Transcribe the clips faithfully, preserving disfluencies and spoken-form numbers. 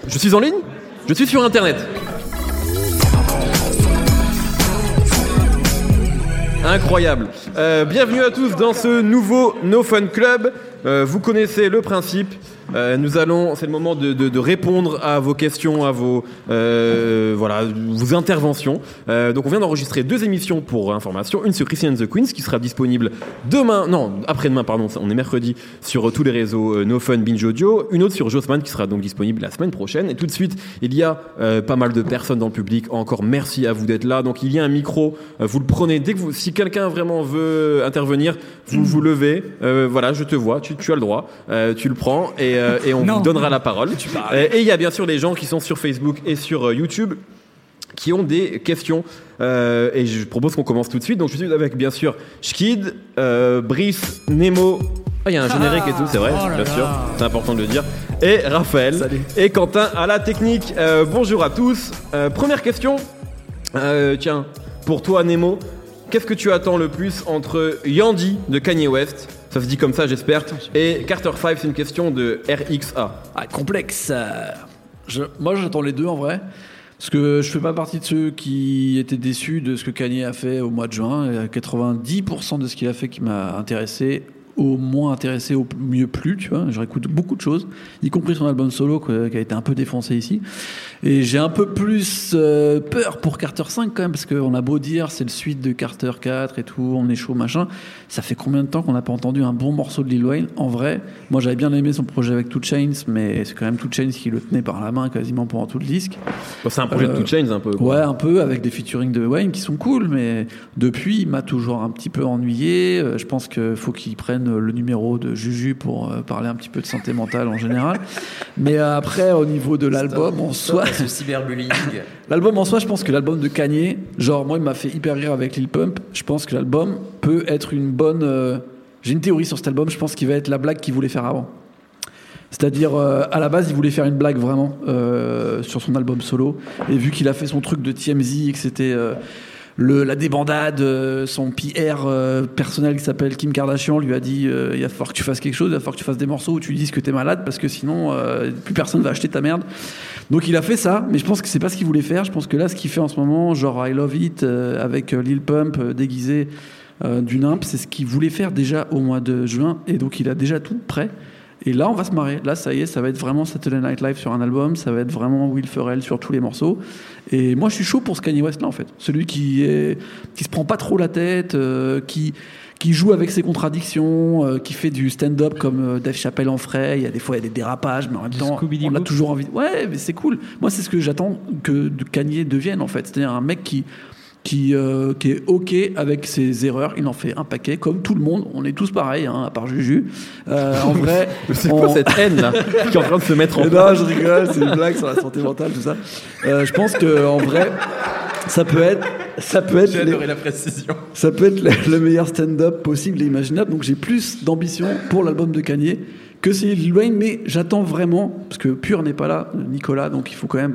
Je suis en ligne ? Je suis sur Internet. Incroyable. Euh, bienvenue à tous dans ce nouveau No Fun Club. Euh, vous connaissez le principe. Euh, nous allons, c'est le moment de, de, de répondre à vos questions, à vos, euh, voilà, vos interventions. Euh, donc on vient d'enregistrer deux émissions pour information, une sur Chrissy and the Queens qui sera disponible demain, non après-demain pardon, on est mercredi sur tous les réseaux euh, No Fun Binge Audio, une autre sur Jossman qui sera donc disponible la semaine prochaine. Et tout de suite, il y a euh, pas mal de personnes dans le public. Encore merci à vous d'être là. Donc il y a un micro, euh, vous le prenez dès que vous, si quelqu'un vraiment veut intervenir, vous vous levez. Euh, voilà, je te vois, tu, tu as le droit, euh, tu le prends et et on non. vous donnera la parole. Et il y a bien sûr les gens qui sont sur Facebook et sur YouTube qui ont des questions. Euh, et je propose qu'on commence tout de suite. Donc je suis avec bien sûr Schkid, euh, Brice, Nemo. Ah, il y a un générique et tout, c'est vrai, oh bien sûr. C'est important de le dire. Et Raphaël. Salut. Et Quentin à la technique. Euh, bonjour à tous. Euh, première question. Euh, tiens, pour toi Nemo, qu'est-ce que tu attends le plus entre Yandy de Kanye West, ça se dit comme ça j'espère, et Carter cinq, c'est une question de R X A. Ah, complexe. Je, moi j'attends les deux en vrai, parce que je fais pas partie de ceux qui étaient déçus de ce que Kanye a fait au mois de juin. quatre-vingt-dix pour cent de ce qu'il a fait qui m'a intéressé, au moins intéressé, au mieux plu, tu vois. Je réécoute beaucoup de choses, y compris son album solo qui a été un peu défoncé ici. Et j'ai un peu plus euh, peur pour Carter cinq quand même, parce qu'on a beau dire c'est le suite de Carter quatre et tout, on est chaud machin. Ça fait combien de temps qu'on n'a pas entendu un bon morceau de Lil Wayne ? En vrai, moi j'avais bien aimé son projet avec two Chainz, mais c'est quand même two Chainz qui le tenait par la main quasiment pendant tout le disque. Bon, c'est un projet euh, de two Chainz un peu. Quoi. Ouais, un peu, avec des featuring de Wayne qui sont cool, mais depuis il m'a toujours un petit peu ennuyé. Je pense qu'il faut qu'il prenne le numéro de Juju pour euh, parler un petit peu de santé mentale en général. Mais euh, après, au niveau de l'album stop, en soi... ce cyberbullying. L'album en soi, je pense que l'album de Kanye, genre moi il m'a fait hyper rire avec Lil Pump. Je pense que l'album peut être une bonne... Euh... J'ai une théorie sur cet album, je pense qu'il va être la blague qu'il voulait faire avant. C'est-à-dire, euh, à la base, il voulait faire une blague vraiment euh, sur son album solo. Et vu qu'il a fait son truc de T M Z et que c'était... Euh, Le, la débandade, euh, son P R euh, personnel qui s'appelle Kim Kardashian lui a dit euh, il va falloir que tu fasses quelque chose, il va falloir que tu fasses des morceaux où tu dises que t'es malade parce que sinon euh, plus personne va acheter ta merde. Donc il a fait ça, mais je pense que c'est pas ce qu'il voulait faire. Je pense que là ce qu'il fait en ce moment, genre I Love It euh, avec euh, Lil Pump euh, déguisé euh, d'une imp, c'est ce qu'il voulait faire déjà au mois de juin et donc il a déjà tout prêt. Et là, on va se marrer. Là, ça y est, ça va être vraiment Saturday Night Live sur un album. Ça va être vraiment Will Ferrell sur tous les morceaux. Et moi, je suis chaud pour ce Kanye West-là, en fait. Celui qui est, qui se prend pas trop la tête, euh, qui, qui joue avec ses contradictions, euh, qui fait du stand-up comme euh, Dave Chappelle en ferait. Il y a des fois, il y a des dérapages, mais en même temps, on a toujours envie. Ouais, mais c'est cool. Moi, c'est ce que j'attends que Kanye devienne, en fait. C'est-à-dire un mec qui. Qui, euh, qui est OK avec ses erreurs. Il en fait un paquet, comme tout le monde. On est tous pareils, hein, à part Juju. Euh, en vrai... C'est on... quoi cette haine-là qui est en train de se mettre en place ? Non, je rigole, c'est une blague sur la santé mentale, tout ça. Euh, je pense qu'en vrai, ça peut être... Ça peut être j'ai adoré les... la précision. Ça peut être le, le meilleur stand-up possible et imaginable. Donc j'ai plus d'ambition pour l'album de Kanye que c'est Lil Wayne, mais j'attends vraiment, parce que Pur n'est pas là, Nicolas, donc il faut quand même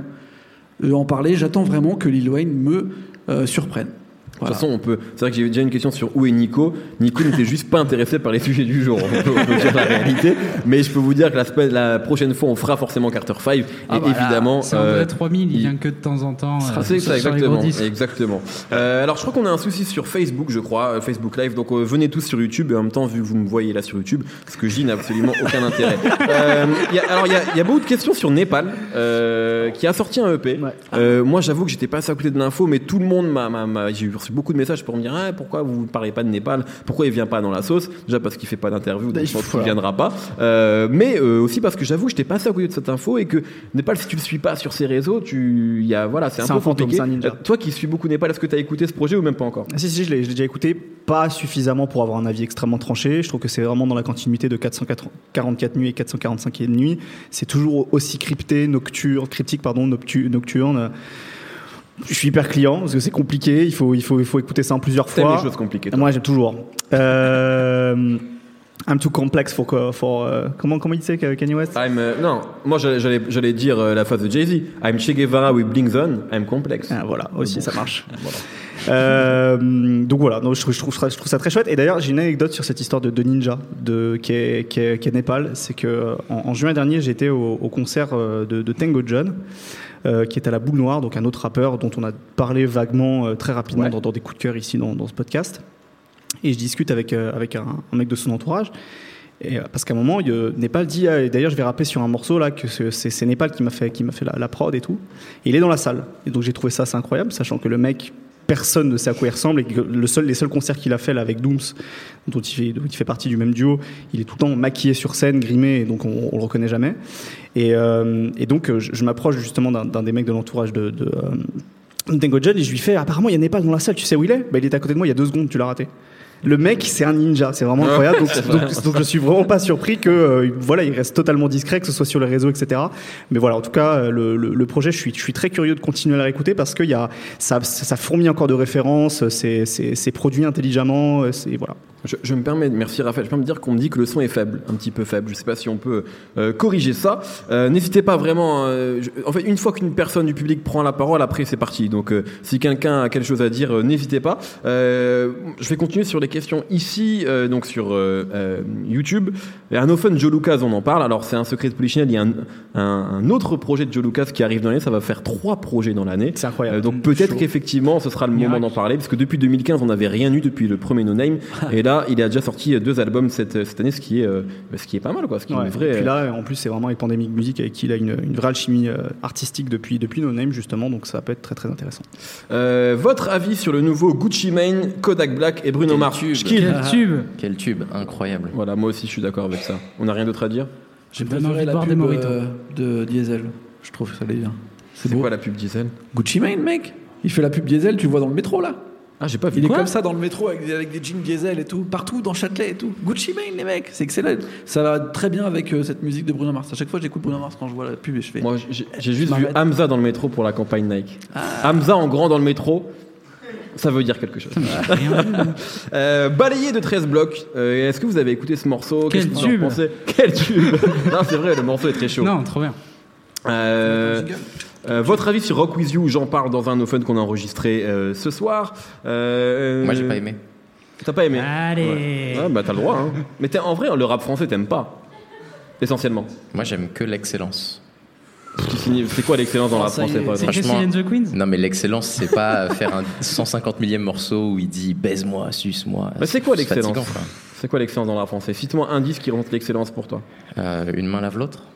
en parler. J'attends vraiment que Lil Wayne me... Euh, surprennent. Voilà. De toute façon, on peut. C'est vrai que j'ai déjà une question sur où est Nico. Nico n'était juste pas intéressé par les sujets du jour. On peut, on peut dire la réalité. Mais je peux vous dire que la, la prochaine fois, on fera forcément Carter cinq. Et ah bah évidemment. C'est André euh, trois mille, il vient que de temps en temps. Euh, c'est ça, exactement. exactement. Euh, alors, je crois qu'on a un souci sur Facebook, je crois, Facebook Live. Donc, euh, venez tous sur YouTube. Et en même temps, vu que vous me voyez là sur YouTube, ce que je dis n'a absolument aucun intérêt. Euh, y a, alors, il y, y a beaucoup de questions sur Népal, euh, qui a sorti un E P. Ouais. Euh, moi, j'avoue que j'étais pas assez à côté de l'info, mais tout le monde m'a. m'a, m'a j'ai reçu beaucoup de messages pour me dire ah, pourquoi vous ne parlez pas de Népal, pourquoi il vient pas dans la sauce, déjà parce qu'il fait pas d'interview donc je pense qu'il viendra pas, euh, mais euh, aussi parce que j'avoue j'étais pas assez à côté de cette info et que Népal, si tu le suis pas sur ses réseaux, tu y a voilà c'est un c'est peu un fantôme, compliqué. C'est un ninja. Euh, toi qui suis beaucoup Népal, est-ce que tu as écouté ce projet ou même pas encore? Ah, si si je l'ai, je l'ai déjà écouté, pas suffisamment pour avoir un avis extrêmement tranché. Je trouve que c'est vraiment dans la continuité de quatre cent quarante-quatre nuits et quatre cent quarante-cinq nuits. C'est toujours aussi crypté, nocturne, cryptique pardon, noctu- nocturne. Je suis hyper client parce que c'est compliqué. Il faut, il faut, il faut écouter ça en plusieurs fois. T'aimes les choses compliquées, toi. Moi, j'aime toujours. Euh, I'm too complex for, for uh, comment comment il disait Kanye West. I'm uh, non, moi j'allais j'allais, j'allais dire euh, la phrase de Jay-Z. I'm Che Guevara with blings on. I'm complex. Ah, voilà, aussi bon. Ça marche. Voilà. Euh, donc voilà, donc je, trouve, je, trouve ça, je trouve ça très chouette. Et d'ailleurs, j'ai une anecdote sur cette histoire de, de Ninja, de, qui, est, qui, est, qui est Népal. C'est que en, en juin dernier, j'étais au, au concert de, de Tango John, euh, qui est à la Boule Noire, donc un autre rappeur dont on a parlé vaguement, euh, très rapidement, ouais. dans, dans des coups de cœur ici dans, dans ce podcast. Et je discute avec, euh, avec un, un mec de son entourage. Et, euh, parce qu'à un moment, il, euh, Népal dit, ah, et d'ailleurs, je vais rapper sur un morceau là que c'est, c'est, c'est Népal qui m'a fait, qui m'a fait la, la prod et tout. Et il est dans la salle. Et donc j'ai trouvé ça assez incroyable, sachant que le mec, personne ne sait à quoi il ressemble et que le seul, les seuls concerts qu'il a fait là avec Dooms, dont il, fait, dont il fait partie du même duo, il est tout le temps maquillé sur scène, grimé, et donc on, on le reconnaît jamais. Et, euh, et donc je, je m'approche justement d'un, d'un des mecs de l'entourage de, de euh, Tango John et je lui fais, apparemment il y a Népal dans la salle, tu sais où il est? Bah, il était à côté de moi il y a deux secondes, tu l'as raté. Le mec, c'est un ninja, c'est vraiment incroyable. Donc, donc, donc je suis vraiment pas surpris que, euh, voilà, il reste totalement discret, que ce soit sur les réseaux, et cetera. Mais voilà, en tout cas, le, le, le projet, je suis, je suis très curieux de continuer à la réécouter parce que il y a, ça, ça fourmille encore de références, c'est, c'est, c'est produit intelligemment, c'est voilà. Je, je me permets, merci Raphaël, je peux me dire qu'on me dit que le son est faible, un petit peu faible. Je sais pas si on peut euh, corriger ça. Euh, n'hésitez pas vraiment. Euh, je, en fait, une fois qu'une personne du public prend la parole, après c'est parti. Donc, euh, si quelqu'un a quelque chose à dire, euh, n'hésitez pas. Euh, je vais continuer sur les questions ici, euh, donc sur euh, euh, YouTube. Et un Open Joe Lucas, on en parle. Alors, c'est un secret de Polichinelle. Il y a un, un, un autre projet de Joe Lucas qui arrive dans l'année. Ça va faire trois projets dans l'année. C'est incroyable. Euh, donc, peut-être Chaud. qu'effectivement, ce sera le Miracle. moment d'en parler, parce que depuis deux mille quinze, on n'avait rien eu depuis le premier No Name. Et là, il a déjà sorti deux albums cette, cette année, ce qui est, euh, ce qui est pas mal, quoi. Ce qui ouais, est vrai. Et puis là, en plus, c'est vraiment avec Pandemic Music avec qui il a une, une vraie alchimie euh, artistique depuis, depuis No Name, justement. Donc, ça peut être très, très intéressant. Euh, votre avis sur le nouveau Gucci Mane, Kodak Black et Bruno Quel Mars? tube. Quel ah. tube. Quel tube, incroyable. Voilà, moi aussi, je suis d'accord avec ça. On n'a rien d'autre à dire? J'ai donne envie préféré de la boire pub des mojitos. euh, de Diesel. Je trouve que ça allait bien. C'est, c'est quoi la pub Diesel? Gucci Mane, mec. Il fait la pub Diesel, tu le vois dans le métro là. Ah, j'ai pas vu. Il Quoi est comme ça dans le métro avec des, avec des jeans Diesel et tout, partout dans Châtelet et tout. Gucci Mane, les mecs, c'est excellent. Ça va très bien avec euh, cette musique de Bruno Mars. À chaque fois, j'écoute Bruno Mars quand je vois la pub et je fais. Moi, j'ai, j'ai juste vu Hamza dans le métro pour la campagne Nike. Ah. Hamza en grand dans le métro. Ça veut dire quelque chose. euh, balayé de treize blocs. Euh, est-ce que vous avez écouté ce morceau? Quel Qu'est-ce tube. que vous en pensez? Quel tube. Non, c'est vrai, le morceau est très chaud. Non, trop bien. Euh, euh, votre avis sur Rock With You? J'en parle dans un No Fun qu'on a enregistré euh, ce soir. Euh, Moi, j'ai pas aimé. T'as pas aimé? Allez. Ouais. Ah, bah t'as le droit. Hein. Mais t'es, en vrai, le rap français, t'aimes pas? Essentiellement. Moi, j'aime que l'excellence. C'est quoi l'excellence dans le rap français, par C'est exemple? Jesse and the Queens. Non, mais l'excellence, c'est pas faire un cent cinquante millième morceau où il dit baise-moi, suce-moi. Bah, c'est quoi c'est l'excellence? fatigant, quoi. C'est quoi l'excellence dans le rap français? Cite-moi un disque qui remonte l'excellence pour toi. Euh, une main lave l'autre.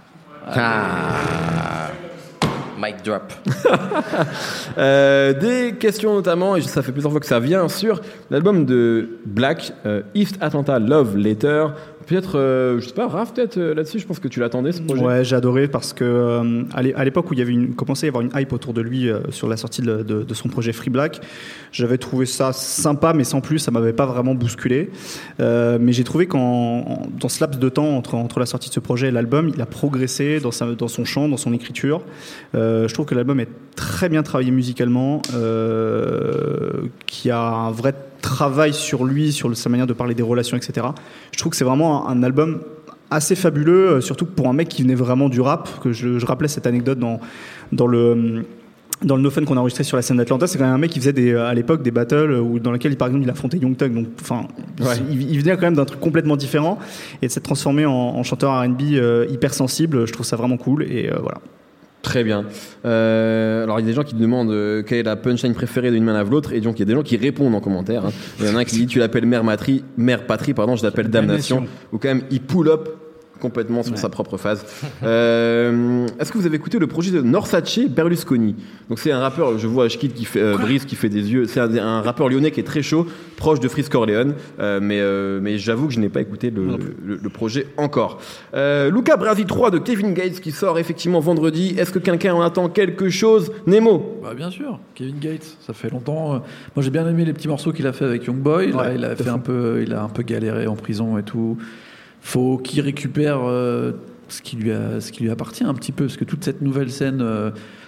Ah, mic drop. euh, des questions notamment, et ça fait plusieurs fois que ça vient, sur l'album de Black, euh, East Atlanta Love Letter. Peut-être, euh, je sais pas, Raph, peut-être euh, là-dessus, je pense que tu l'attendais ce projet. Ouais, j'ai adoré parce que euh, à l'époque où il y avait une, commençait à y avoir une hype autour de lui euh, sur la sortie de, de, de son projet Free Black, j'avais trouvé ça sympa, mais sans plus, ça m'avait pas vraiment bousculé. Euh, mais j'ai trouvé qu'en dans ce laps de temps entre, entre la sortie de ce projet et l'album, il a progressé dans, sa, dans son chant, dans son écriture. Euh, je trouve que l'album est très bien travaillé musicalement, euh, qui a un vrai travail sur lui, sur sa manière de parler des relations, et cetera. Je trouve que c'est vraiment un, un album assez fabuleux, surtout pour un mec qui venait vraiment du rap. Que je, je rappelais cette anecdote dans, dans le... Dans le No Fun qu'on a enregistré sur la scène d'Atlanta, c'est quand même un mec qui faisait des, à l'époque des battles où, dans lesquels, par exemple, il affrontait Young Thug. Donc, enfin, ouais. il, il venait quand même d'un truc complètement différent et de s'être transformé en, en chanteur R and B euh, hyper sensible. Je trouve ça vraiment cool et euh, voilà. Très bien. Euh, alors il y a des gens qui demandent euh, quelle est la punchline préférée d'une main lave l'autre, et donc il y a des gens qui répondent en commentaire. Hein. Il y en a un qui dit tu l'appelles mère matrie, mère patrie, pardon, je l'appelle damnation. Ou quand même il pull up complètement sur ouais. sa propre phase. Euh, est-ce que vous avez écouté le projet de Norsace Berlusconi? Donc c'est un rappeur, je vois Ashkid qui fait euh, Brice qui fait des yeux. C'est un, un rappeur lyonnais qui est très chaud, proche de Freeze Corleone. Euh, mais euh, mais j'avoue que je n'ai pas écouté le, le, le projet encore. Euh, Luca Brasi trois de Kevin Gates qui sort effectivement vendredi. Est-ce que quelqu'un en attend quelque chose? Nemo? Bah bien sûr, Kevin Gates. Ça fait longtemps. Moi j'ai bien aimé les petits morceaux qu'il a fait avec Youngboy. Là, ouais, il a fait un peu, il a un peu galéré en prison et tout. Faut qu'il récupère euh, ce qui lui a, ce qui lui appartient un petit peu, parce que toute cette nouvelle scène euh,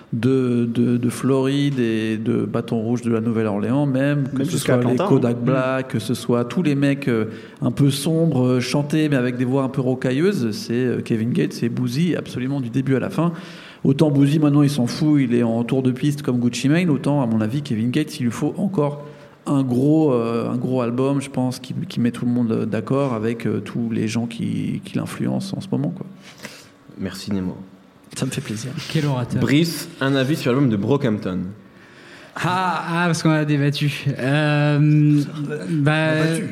de, de, de Floride et de Bâton Rouge de la Nouvelle-Orléans, même, que Même ce jusqu'à soit les Atlanta, Kodak hein. Black, que ce soit tous les mecs euh, un peu sombres, euh, chantés, mais avec des voix un peu rocailleuses, c'est euh, Kevin Gates et Boozy, absolument du début à la fin. Autant Boozy, maintenant, il s'en fout, il est en tour de piste comme Gucci Mane, autant, à mon avis, Kevin Gates, il lui faut encore un gros, euh, un gros album, je pense, qui, qui met tout le monde d'accord avec euh, tous les gens qui, qui l'influencent en ce moment, quoi. Merci Nemo. Ça me fait plaisir. Quel orateur. Brice, un avis sur l'album de Brockhampton. Ah, ah, parce qu'on a débattu. Euh, bah,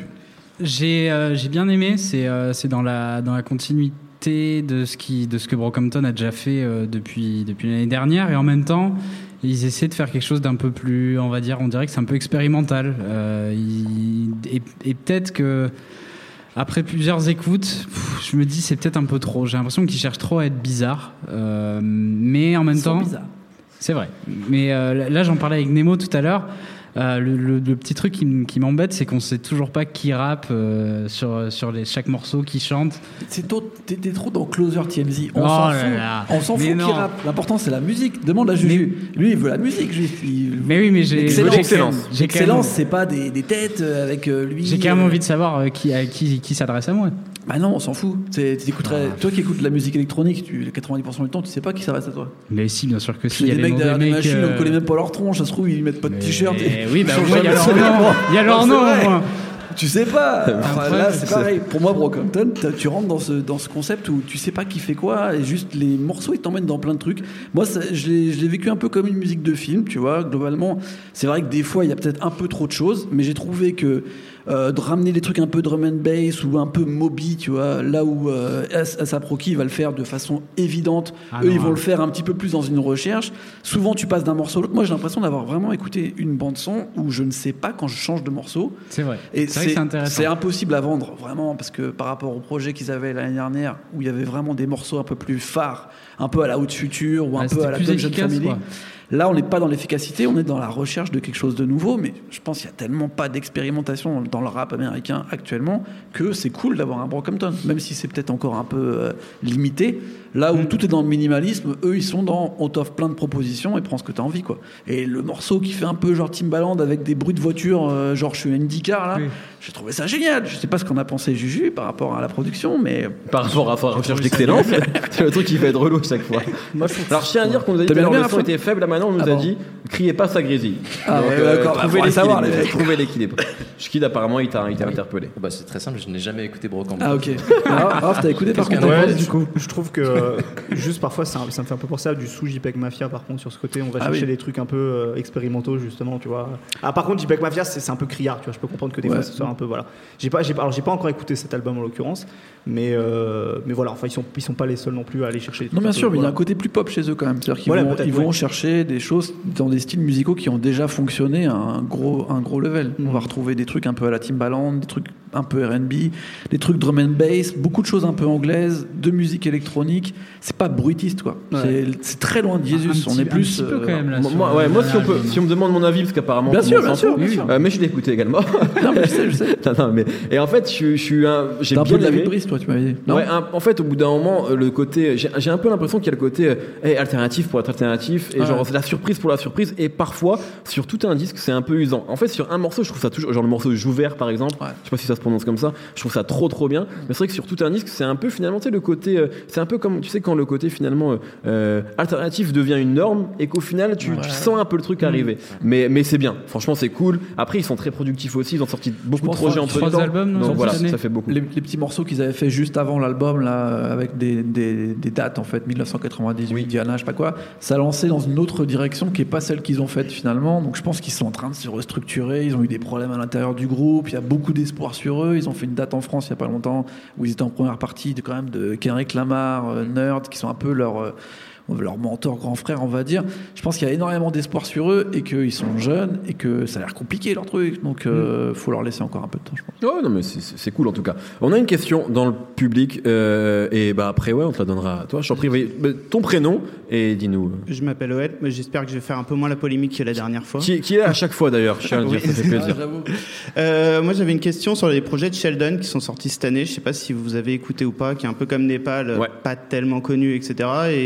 j'ai, euh, j'ai bien aimé. C'est, euh, c'est dans la dans la continuité de ce qui, de ce que Brockhampton a déjà fait euh, depuis depuis l'année dernière, et en même temps, ils essaient de faire quelque chose d'un peu plus, on va dire, on dirait que c'est un peu expérimental. Euh, ils, et, et peut-être que après plusieurs écoutes, pff, je me dis c'est peut-être un peu trop. J'ai l'impression qu'ils cherchent trop à être bizarres, euh, mais en même temps. Bizarre. C'est vrai. Mais euh, là, j'en parlais avec Nemo tout à l'heure. Euh, le, le, le petit truc qui, m- qui m'embête, c'est qu'on sait toujours pas qui rappe euh, sur, sur les, chaque morceau, qui chante. C'est tôt, t'es, t'es trop dans Closer T M Z. On Oh s'en là fout. là. On s'en Mais fout qui non. rappe. L'important, c'est la musique. Demande à Juju. Lui, il veut la musique, juste. Il... Mais oui, mais j'ai L'excellence. j'ai- L'excellence. j'ai quand même- L'excellence, c'est pas des, des têtes euh, avec euh, lui. J'ai quand même euh, envie de savoir euh, qui, à qui, qui s'adresse à moi. Bah non, on s'en fout. C'est, t'écouterais- Ah. Toi qui écoutes de la musique électronique, tu, quatre-vingt-dix pour cent du temps, tu sais pas qui ça reste à toi. Mais si, bien sûr que si. Il y a il des y a mecs des derrière des mecs, machines, euh, on connaît même pas leur tronche. Ça se trouve, ils mettent pas de mais- t-shirt. Et... Oui, bah Ils au changent moins, il y a jamais leur de nom. vêtements. Il y a leur Non, c'est nom, vrai. au moins. Tu sais pas. Enfin, Après, là, c'est c'est- pareil. Pour moi, Brockhampton, t'as- tu rentres dans ce, dans ce concept où tu sais pas qui fait quoi, et juste les morceaux, ils t'emmènent dans plein de trucs. Moi, ça, je, l'ai, je l'ai vécu un peu comme une musique de film, tu vois. Globalement, c'est vrai que des fois, il y a peut-être un peu trop de choses, mais j'ai trouvé que euh, de ramener des trucs un peu drum and bass ou un peu Moby, tu vois, là où euh, A$AP Rocky va le faire de façon évidente, Ah eux, non, ils vont hein. le faire un petit peu plus dans une recherche. Souvent, tu passes d'un morceau à l'autre. Moi, j'ai l'impression d'avoir vraiment écouté une bande-son où je ne sais pas quand je change de morceau. C'est vrai. Et C'est vrai que c'est intéressant. c'est impossible à vendre, vraiment, parce que par rapport au projet qu'ils avaient l'année dernière, où il y avait vraiment des morceaux un peu plus phares, un peu à la Haute Future ou un Ouais, peu c'était à la plus Top Jeune efficace, Family. quoi. Là, on n'est pas dans l'efficacité, on est dans la recherche de quelque chose de nouveau, mais je pense qu'il n'y a tellement pas d'expérimentation dans le rap américain actuellement que c'est cool d'avoir un Brockhampton, même si c'est peut-être encore un peu euh, limité. Là où tout est dans le minimalisme, eux, ils sont dans on t'offre plein de propositions et prends ce que tu as envie, quoi. Et le morceau qui fait un peu genre Timbaland avec des bruits de voiture, euh, genre je suis IndyCar, là, Oui. j'ai trouvé ça génial. Je sais pas ce qu'on a pensé Juju par rapport à la production, mais Par rapport à la recherche d'excellence, c'est le truc qui fait être relou chaque fois. moi, je trouve Alors je tiens à dire qu'on nous a dit T'as que bien aimé le la son fois était faible, là maintenant on nous Ah a bon. dit criez pas, ça grésille. Ah Donc, ouais, euh, d'accord, bah, trouvez faudrait savoir, l'équilibre. les mecs. Trouvez l'équilibre. Schkid apparemment il t'a il t'a interpellé. Bah, c'est très simple, je n'ai jamais écouté Brockhampton. Ah ok. Alors, Raph, t'as écouté par Qu'est-ce contre qu'un Ouais, Rose, du coup, je trouve que euh, juste parfois ça, ça me fait un peu penser à du sous JPEG Mafia par contre sur ce côté on va Ah chercher oui. des trucs un peu euh, expérimentaux justement tu vois. Ah par contre JPEG Mafia c'est, c'est un peu criard tu vois je peux comprendre que des Ouais. fois ce soit un peu voilà. J'ai pas j'ai pas alors j'ai pas encore écouté cet album en l'occurrence mais euh, mais voilà enfin ils sont ils sont pas les seuls non plus à aller chercher. des Non trucs bien un sûr, peu, mais il y a un voilà. côté plus pop chez eux quand même. C'est-à-dire qu'ils Voilà, vont, peut-être, ils vont ouais. chercher des choses dans des styles musicaux qui ont déjà fonctionné à un gros, un gros level. Mhm. On va retrouver des trucs un peu à la Timbaland, des trucs un peu R and B, des trucs drum and bass, beaucoup de choses un peu anglaises, de musique électronique. C'est pas bruitiste quoi. Ouais. C'est, c'est très loin de Jesus. Un petit- on est plus. un petit peu, euh, quand même, là, Moi, sur moi, le ouais, moi si on dernier peut album. si on me demande mon avis parce qu'apparemment Bien tout sûr, le monde bien s'en sûr, fout. bien sûr. Euh, mais je l'ai écouté également. Non mais je sais, je sais. non, non, mais et en fait je, je suis un j'ai T'as un bien peu de la vie aimé. de Brice toi tu m'avais dit. Non Ouais, un- en fait, au bout d'un moment, euh, le côté, j'ai, j'ai un peu l'impression qu'il y a le côté euh, hey, alternatif pour être alternatif, et Ah genre ouais. c'est la surprise pour la surprise, et parfois sur tout un disque, c'est un peu usant. En fait, sur un morceau, je trouve ça toujours, genre le morceau Jouvert par exemple, Ouais. je sais pas si ça se prononce comme ça, je trouve ça trop trop bien. Mais c'est vrai que sur tout un disque, c'est un peu finalement, tu sais, le côté, euh, c'est un peu comme, tu sais, quand le côté finalement euh, euh, alternatif devient une norme, et qu'au final, tu, Ouais. tu sens un peu le truc arriver. Mais mais c'est bien. Franchement, c'est cool. Après, ils sont très productifs aussi. Ils ont sorti beaucoup de pense projets trois- en peu de trois temps. albums, non, Donc cette voilà, année ça fait beaucoup. Les, les petits morceaux qu'ils avaient fait juste avant l'album là euh, avec des, des, des dates en fait dix-neuf cent quatre-vingt-dix-huit Diana je sais pas quoi ça a lancé dans une autre direction qui est pas celle qu'ils ont faite finalement donc je pense qu'ils sont en train de se restructurer ils ont eu des problèmes à l'intérieur du groupe il y a beaucoup d'espoir sur eux ils ont fait une date en France il y a pas longtemps où ils étaient en première partie de, quand même de Kendrick Lamar euh, Nerd qui sont un peu leur euh, leur mentor, grand frère, on va dire. Je pense qu'il y a énormément d'espoir sur eux et qu'ils sont jeunes et que ça a l'air compliqué leur truc. Donc, il euh, faut leur laisser encore un peu de temps, je pense. Ouais, non, mais c'est, c'est c'est cool en tout cas. On a une question dans le public euh, et bah après, ouais, on te la donnera à toi. Je t'en prie, vas-y, bah, ton prénom et dis-nous. Je m'appelle Oed, mais j'espère que je vais faire un peu moins la polémique que la dernière fois. Qui, qui est à chaque fois d'ailleurs, je tiens à le dire, Oui. ça fait plaisir. j'avoue. Euh, moi, j'avais une question sur les projets de Sheldon qui sont sortis cette année. Je sais pas si vous avez écouté ou pas, qui est un peu comme Népal, Ouais. pas tellement connu, et cetera. Et notamment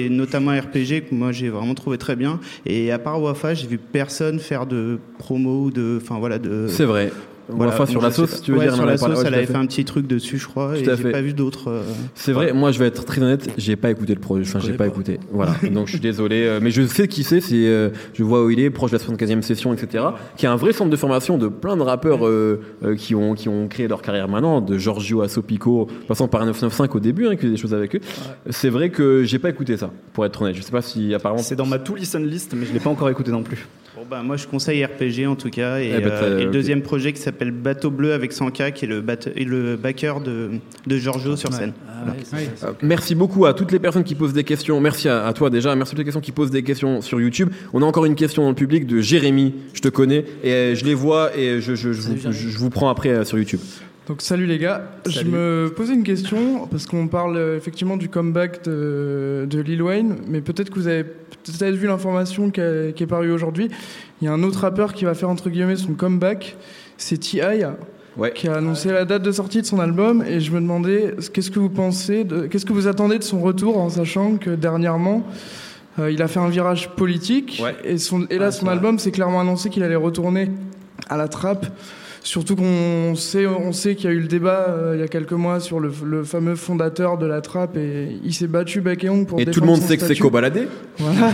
vraiment un R P G que moi j'ai vraiment trouvé très bien. Et à part Wafa, j'ai vu personne faire de promo ou de, enfin voilà, de. C'est vrai. Voilà, Wafa sur la sauce, tu veux ouais, dire sur la sauce, ouais, elle avait fait un petit truc dessus, je crois, tout et à j'ai fait. pas vu d'autres. Euh... C'est vrai, moi je vais être très honnête, j'ai pas écouté le projet, enfin j'ai pas, pas écouté. Voilà, donc je suis désolé, euh, mais je sais qui c'est, c'est euh, je vois où il est, proche de la soixante-quinzième session, et cetera. Qui est un vrai centre de formation de plein de rappeurs euh, euh, qui ont qui ont créé leur carrière maintenant, de Giorgio à Sopico, passant par neuf cent quatre-vingt-cinq au début, hein, qui faisait des choses avec eux. Ouais. C'est vrai que j'ai pas écouté ça, pour être honnête. Je sais pas si apparemment. C'est dans ma to listen list, mais je l'ai pas encore écouté non plus. Bon bah moi je conseille R P G en tout cas, et, eh ben, euh, et le okay. deuxième projet qui s'appelle Bateau Bleu avec cent K, qui est le et le backer de, de Giorgio sur scène. Ah, ouais, voilà. euh, merci beaucoup à toutes les personnes qui posent des questions. Merci à, à toi déjà. Merci à toutes les questions qui posent des questions sur YouTube. On a encore une question dans le public de Jérémy. Je te connais et euh, je les vois et je, je, je, Salut, vous, je, je vous prends après euh, sur YouTube. Donc salut les gars, salut. Je me posais une question parce qu'on parle euh, effectivement du comeback de, de Lil Wayne, mais peut-être que vous avez peut-être vu l'information qui, a, qui est parue aujourd'hui. Il y a un autre rappeur qui va faire entre guillemets son comeback, c'est T I Ouais. qui a annoncé la date de sortie de son album, et je me demandais qu'est-ce que vous pensez, de, qu'est-ce que vous attendez de son retour, en sachant que dernièrement euh, il a fait un virage politique, ouais. et, son, et là ah, son album c'est clairement annoncé qu'il allait retourner à la trappe. Surtout qu'on sait, on sait qu'il y a eu le débat euh, il y a quelques mois sur le, le fameux fondateur de la trappe, et il s'est battu bec et ongle pour et défendre tout le monde son sait que statut. c'est Kobalade. Voilà.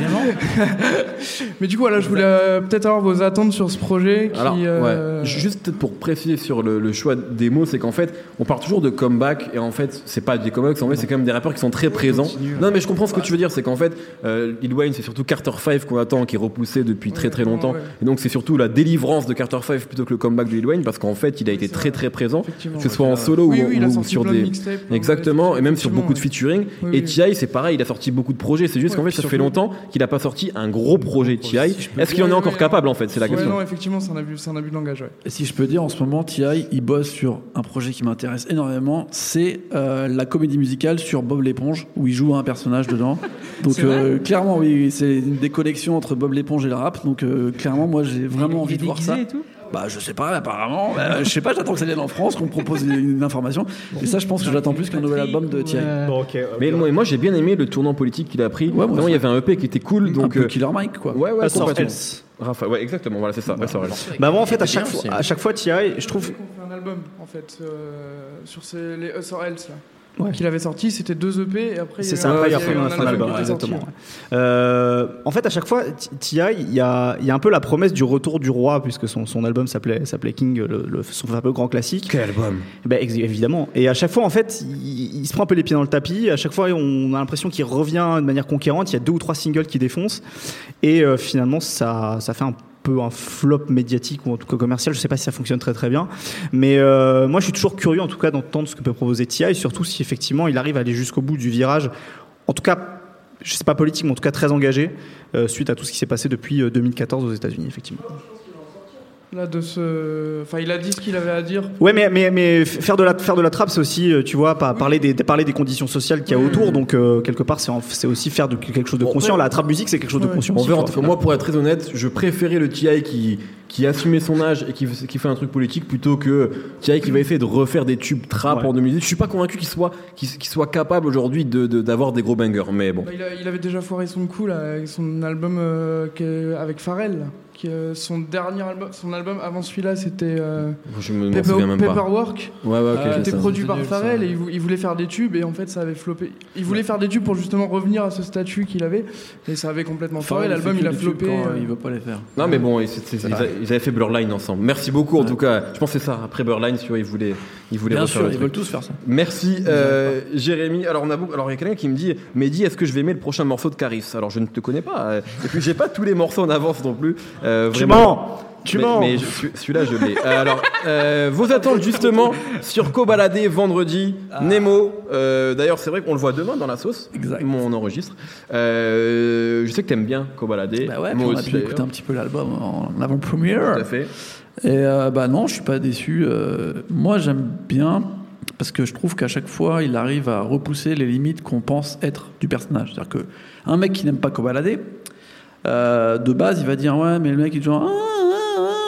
Mais du coup, voilà, je voulais euh, peut-être avoir vos attentes sur ce projet. Qui, Alors, euh... ouais. Juste pour préciser sur le, le choix des mots, c'est qu'en fait, on parle toujours de comeback, et en fait, c'est pas des comebacks, en fait, c'est quand même des rappeurs qui sont très présents. Non, mais je comprends ce que tu veux dire, c'est qu'en fait, euh, Lil Wayne, c'est surtout Carter five qu'on attend, qui est repoussé depuis très très longtemps. Ouais. Et donc, c'est surtout la délivrance de Carter five plutôt que le comeback de Lil Wayne, parce qu'en fait, il a été très très présent, que ce soit en solo oui, ou, oui, ou sur des. Mixtape, exactement, et même sur beaucoup de featuring. Oui, et oui. T I, c'est pareil, il a sorti beaucoup de projets, c'est juste ouais, qu'en fait, ça fait longtemps qu'il a pas sorti un gros projet T I. Si Est-ce qu'il en est encore ouais, capable, en fait? C'est la ouais, question. Non, effectivement, c'est un abus, c'est un abus de langage. Ouais. Et si je peux dire, en ce moment, T I, il bosse sur un projet qui m'intéresse énormément, c'est euh, la comédie musicale sur Bob l'éponge, où il joue un personnage dedans. Donc, euh, clairement, oui, c'est une déconnexion entre Bob l'éponge et le rap. Donc, euh, clairement, moi, j'ai vraiment envie de voir ça. Et tout Bah, je sais pas, apparemment. Bah, je sais pas, j'attends que ça vienne en France, qu'on me propose une, une information. Et ça, je pense que j'attends plus qu'un nouvel album de T I. Euh... Bon, okay, okay. Mais moi, moi, j'ai bien aimé le tournant politique qu'il a pris. Ouais, moi, il y avait un E P qui était cool. Donc, un peu Killer Mike, quoi. Ouais, ouais, complètement. Rafa, ouais, exactement, voilà, c'est ça. Bah, ouais, bah, moi, en fait, à chaque, fois, à chaque fois, T I, je trouve. On fait un album, en fait, euh, sur ces, les Us or Else, là. Ouais. Qu'il avait sorti, c'était deux E P, et après c'est ça, après il y a eu un, un album, exactement. Ouais. Euh, en fait, à chaque fois, T I, il y a, y a un peu la promesse du retour du roi, puisque son, son album s'appelait, s'appelait King, le, le, son fameux grand classique. Quel album? Ben, évidemment. Et à chaque fois, en fait, il, il se prend un peu les pieds dans le tapis. À chaque fois, on a l'impression qu'il revient de manière conquérante. Il y a deux ou trois singles qui défoncent, et euh, finalement, ça, ça fait un peu un flop médiatique ou en tout cas commercial. Je sais pas si ça fonctionne très très bien, mais euh, moi je suis toujours curieux en tout cas d'entendre ce que peut proposer T I, surtout si effectivement il arrive à aller jusqu'au bout du virage, en tout cas je sais pas politique mais en tout cas très engagé euh, suite à tout ce qui s'est passé depuis deux mille quatorze aux États-Unis effectivement. Là de ce... Enfin, il a dit ce qu'il avait à dire. Ouais, mais, mais, mais faire, de la, faire de la trappe, c'est aussi, tu vois, pas, oui. parler, des, parler des conditions sociales qu'il y a oui, autour. Oui. Donc, euh, quelque part, c'est, c'est aussi faire de, quelque chose de bon, conscient. Ouais. La trappe musique, c'est quelque chose ouais. de conscient. On aussi, veut, en tout cas, moi, pour être très honnête, je préférais le T I qui, qui assumait son âge et qui, qui fait un truc politique plutôt que T I qui va essayer de refaire des tubes trap ouais. en deux mille dix. Je suis pas convaincu qu'il soit, qu'il, qu'il soit capable aujourd'hui de, de, d'avoir des gros bangers. Mais bon. Bah, il, a, il avait déjà foiré son coup là, avec son album euh, avec Pharrell. Qui, euh, son dernier album, son album avant celui-là, c'était euh, je me Paper, même Paperwork, pas. Ouais, ouais, okay, qui était ça. produit par Pharrell et il, il voulait faire des tubes et en fait ça avait floppé. Il voulait ouais. faire des tubes pour justement revenir à ce statut qu'il avait et ça avait complètement foiré. L'album il a floppé. Quand, euh, il veut pas les faire. Non mais bon, c'est, c'est, c'est, ils avaient fait Blurline ensemble. Merci beaucoup ouais. en tout cas. Je pense que c'est ça. Après Blurline, tu vois, ils voulaient, ils voulaient. Bien sûr, ils veulent tous faire ça. Merci euh, Jérémy. Alors on a, alors il y a quelqu'un qui me dit, Mehdi, est-ce que je vais aimer le prochain morceau de Caris? Alors je ne te connais pas et puis j'ai pas tous les morceaux en avance non plus. Euh, vraiment. Tu mais, mens. mais je, celui-là je l'ai. Euh, alors euh, vos attentes justement sur Kobalade vendredi, ah. Nemo. Euh, d'ailleurs c'est vrai qu'on le voit demain dans la sauce. Exact. On enregistre. Euh, je sais que t'aimes bien Kobalade. Bah ouais. Moi on aussi, a pu d'ailleurs. écouter un petit peu l'album en avant-première. Tout à fait. Et euh, bah non, je suis pas déçu. Euh, moi j'aime bien. Parce que je trouve qu'à chaque fois, il arrive à repousser les limites qu'on pense être du personnage. C'est-à-dire qu'un mec qui n'aime pas Kobalade, euh, de base, il va dire ouais, mais le mec il dit genre ah, ah, ah,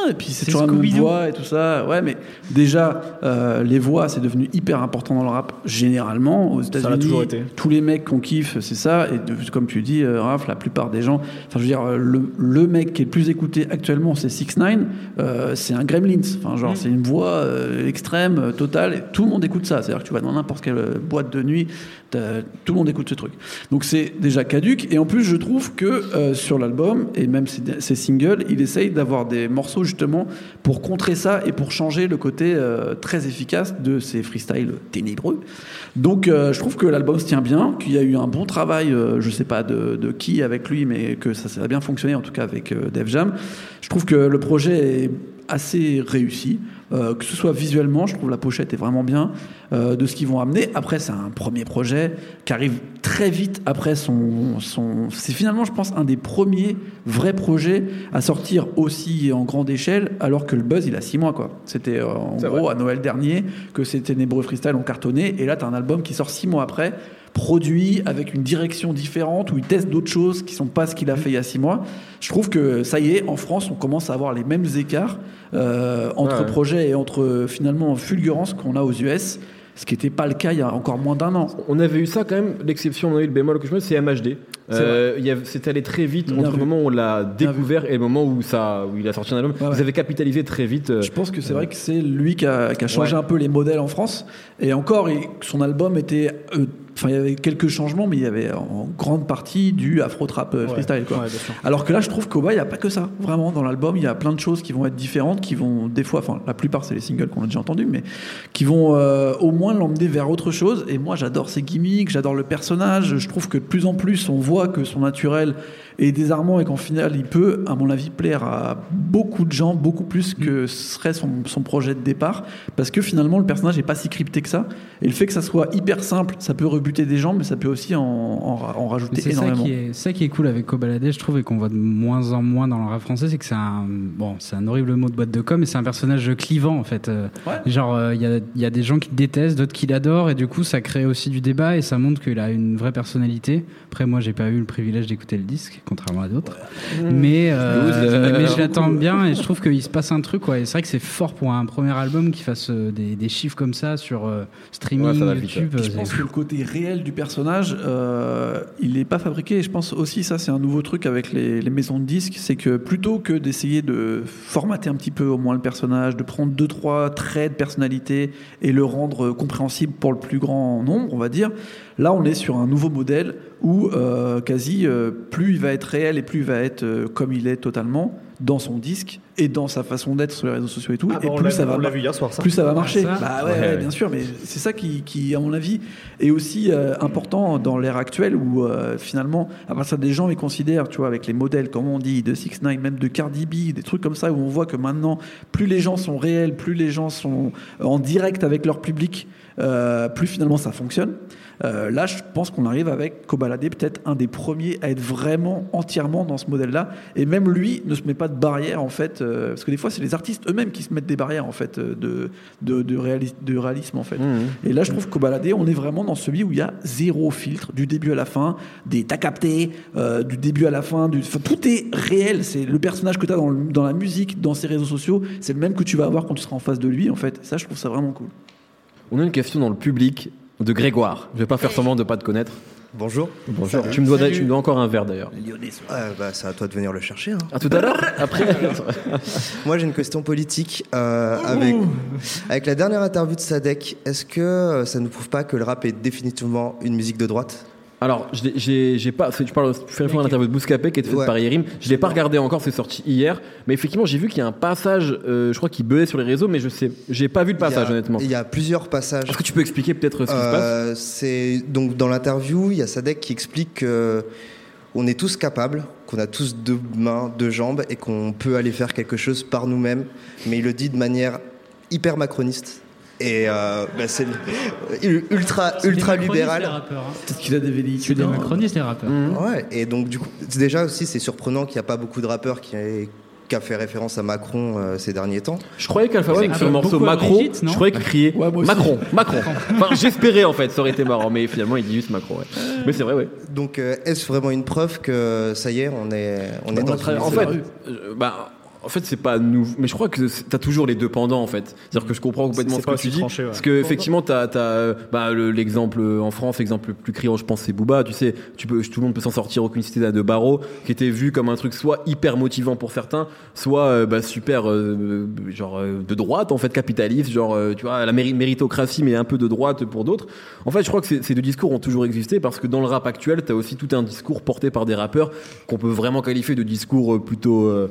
et puis c'est, C'est toujours la même Scooby-Doo. voix et tout ça. Ouais, mais déjà, euh, les voix, c'est devenu hyper important dans le rap, généralement. Aux États-Unis, toujours été. tous les mecs qu'on kiffe, c'est ça. Et de- comme tu dis, euh, Raph, la plupart des gens. Enfin, je veux dire, euh, le, le mec qui est le plus écouté actuellement, c'est six ix. Euh, c'est un Gremlins. Enfin, genre, c'est une voix euh, extrême, euh, totale. Et tout le monde écoute ça. C'est-à-dire que tu vas dans n'importe quelle euh, boîte de nuit, t'as- tout le monde écoute ce truc. Donc, c'est déjà caduque. Et en plus, je trouve que euh, sur l'album, et même ses, ses singles, il essaye d'avoir des morceaux justement pour contrer ça et pour changer le côté euh, très efficace de ces freestyles ténébreux. Donc, euh, je trouve que l'album se tient bien, qu'il y a eu un bon travail, euh, je sais pas de, de qui avec lui, mais que ça, ça a bien fonctionné, en tout cas avec euh, Def Jam. Je trouve que le projet est assez réussi, euh, que ce soit visuellement, je trouve la pochette est vraiment bien, euh, de ce qu'ils vont amener. Après, c'est un premier projet qui arrive très vite après son, son... C'est finalement, je pense, un des premiers vrais projets à sortir aussi en grande échelle, alors que le buzz, il a six mois, quoi. C'était euh, en C'est gros vrai. à Noël dernier que ces Ténébreux Freestyle ont cartonné, et là, t'as un album qui sort six mois après, produit avec une direction différente, où il teste d'autres choses qui sont pas ce qu'il a fait il y a six mois. Je trouve que ça y est, en France, on commence à avoir les mêmes écarts euh, entre Ouais. projets et entre finalement fulgurance qu'on a aux U S, ce qui n'était pas le cas il y a encore moins d'un an. On avait eu ça quand même, l'exception, on a eu le bémol que je me c'est M H D. C'est Euh, il y avait- C'était allé très vite Bien entre vu. le moment où on l'a Bien découvert et le moment où, ça, où il a sorti un album. Ouais, Vous ouais. avez capitalisé très vite. euh, Je pense que c'est vrai que c'est lui qui a, qui a changé Ouais. un peu les modèles en France. Et encore, il- son album était... euh, Enfin, il y avait quelques changements, mais il y avait en grande partie du afro-trap euh, freestyle, quoi. Ouais, bien sûr. Alors que là, je trouve qu'au bas, il n'y a pas que ça. Vraiment, dans l'album, il y a plein de choses qui vont être différentes, qui vont des fois, enfin, la plupart, c'est les singles qu'on a déjà entendus, mais qui vont euh, au moins l'emmener vers autre chose. Et moi, j'adore ses gimmicks, j'adore le personnage. Je trouve que de plus en plus, on voit que son naturel est désarmant et qu'en final, il peut, à mon avis, plaire à beaucoup de gens, beaucoup plus que ce serait son, son projet de départ. Parce que finalement, le personnage n'est pas si crypté que ça. Et le fait que ça soit hyper simple, ça peut rebuter des gens, mais ça peut aussi en, en, en rajouter C'est ça énormément. qui est ça qui est cool avec Kobalade, je trouve, et qu'on voit de moins en moins dans le rap français, c'est que c'est un bon, c'est un horrible mot de boîte de com, mais c'est un personnage clivant en fait. Euh, Ouais. Genre il y a il y a des gens qui le détestent, d'autres qui l'adorent, et du coup ça crée aussi du débat et ça montre qu'il a une vraie personnalité. Après moi j'ai pas eu le privilège d'écouter le disque, contrairement à d'autres, mais euh, mais je l'attends bien et je trouve qu'il se passe un truc quoi. Et c'est vrai que c'est fort pour un premier album qui fasse euh, des, des chiffres comme ça sur euh, streaming, Ouais, ça va vite, YouTube. Puis je euh, pense c'est- que le côté réel du personnage, euh, il n'est pas fabriqué. Je pense aussi, ça c'est un nouveau truc avec les, les maisons de disques, c'est que plutôt que d'essayer de formater un petit peu au moins le personnage, de prendre deux trois traits de personnalité et le rendre compréhensible pour le plus grand nombre, on va dire, là on est sur un nouveau modèle où euh, quasi euh, plus il va être réel et plus il va être euh, comme il est totalement dans son disque et dans sa façon d'être sur les réseaux sociaux et tout, Ah, et bah, on plus l'a- ça va on l'a vu hier soir, ça. plus ça va marcher. ça Bah ouais, Ouais, ouais, ouais. bien sûr, mais c'est ça qui, qui, à mon avis, est aussi euh, important dans l'ère actuelle où euh, finalement, à partir des gens, ils considèrent, tu vois, avec les modèles, comme on dit, de six ix, même de Cardi B, des trucs comme ça, où on voit que maintenant, plus les gens sont réels, plus les gens sont en direct avec leur public, euh, plus finalement ça fonctionne. Euh, là, je pense qu'on arrive avec Kobalade, peut-être un des premiers à être vraiment entièrement dans ce modèle-là. Et même lui ne se met pas de barrière, en fait, euh, parce que des fois, c'est les artistes eux-mêmes qui se mettent des barrières, en fait, euh, de, de, de, réalis- de réalisme, en fait. Mmh. Et là, je trouve qu'au Baladé, on est vraiment dans celui où il y a zéro filtre, du début à la fin, des t'as capté, euh, du début à la fin, du, enfin, tout est réel. C'est le personnage que tu as dans, le- dans la musique, dans ses réseaux sociaux, c'est le même que tu vas avoir quand tu seras en face de lui, en fait. Ça, je trouve ça vraiment cool. On a une question dans le public de Grégoire. Je vais pas faire semblant de pas te connaître. Bonjour. Bonjour. Tu me, dois, tu me dois encore un verre d'ailleurs. Ah, bah, c'est à toi de venir le chercher. hein. À tout à l'heure. Après. Moi, j'ai une question politique. euh, avec, avec la dernière interview de Sadek, est-ce que euh, ça ne prouve pas que le rap est définitivement une musique de droite? Alors, je l'ai- j'ai j'ai pas. Tu parles. Tu fais référence à l'interview de Bouscapé qui a été faite Ouais. par Yerim. Je l'ai pas regardé encore. C'est sorti hier. Mais effectivement, j'ai vu qu'il y a un passage. euh, je crois qu'il buzzait sur les réseaux, mais je sais. J'ai pas vu le passage Il y a- honnêtement. Il y a plusieurs passages. Est-ce que tu peux expliquer peut-être ce qui se passe? Euh, c'est donc dans l'interview, il y a Sadek qui explique que on est tous capables, qu'on a tous deux mains, deux jambes et qu'on peut aller faire quelque chose par nous-mêmes. Mais il le dit de manière hyper macroniste. Et euh, bah, c'est le- ultra C'est des ultra macronistes, libéral. les rappeurs, hein. Peut-être qu'il a des C'est véhicules. des hein. macronistes, les rappeurs. Ouais, et donc du coup, c'est déjà aussi c'est surprenant qu'il n'y a pas beaucoup de rappeurs qui qui a fait référence à Macron euh, ces derniers temps. Je croyais qu'Alpha One, Ah, sur le bah, morceau beaucoup à Macron, Brigitte, non je croyais qu'il criait Ouais, moi aussi. Macron, Macron. Enfin, j'espérais en fait, ça aurait été marrant, mais finalement il dit juste Macron. Ouais. Mais c'est vrai, ouais. Donc euh, est-ce vraiment une preuve que ça y est, on est on est Bah, dans on tra- une en musique fait, de rue euh, bah, En fait, c'est pas nouveau, mais je crois que t'as toujours les deux pendants en fait. C'est-à-dire que je comprends complètement C'est ce que pas tu aussi dis, tranché, ouais. parce que effectivement, t'as, t'as bah, le, l'exemple en France, l'exemple le plus criant, je pense, c'est Booba. Tu sais, tu peux, tout le monde peut s'en sortir. Aucune cité de Barreau, qui était vu comme un truc soit hyper motivant pour certains, soit euh, bah, super euh, genre euh, de droite en fait, capitaliste, genre euh, tu vois la méri- méritocratie, mais un peu de droite pour d'autres. En fait, je crois que ces, ces deux discours ont toujours existé parce que dans le rap actuel, t'as aussi tout un discours porté par des rappeurs qu'on peut vraiment qualifier de discours plutôt euh,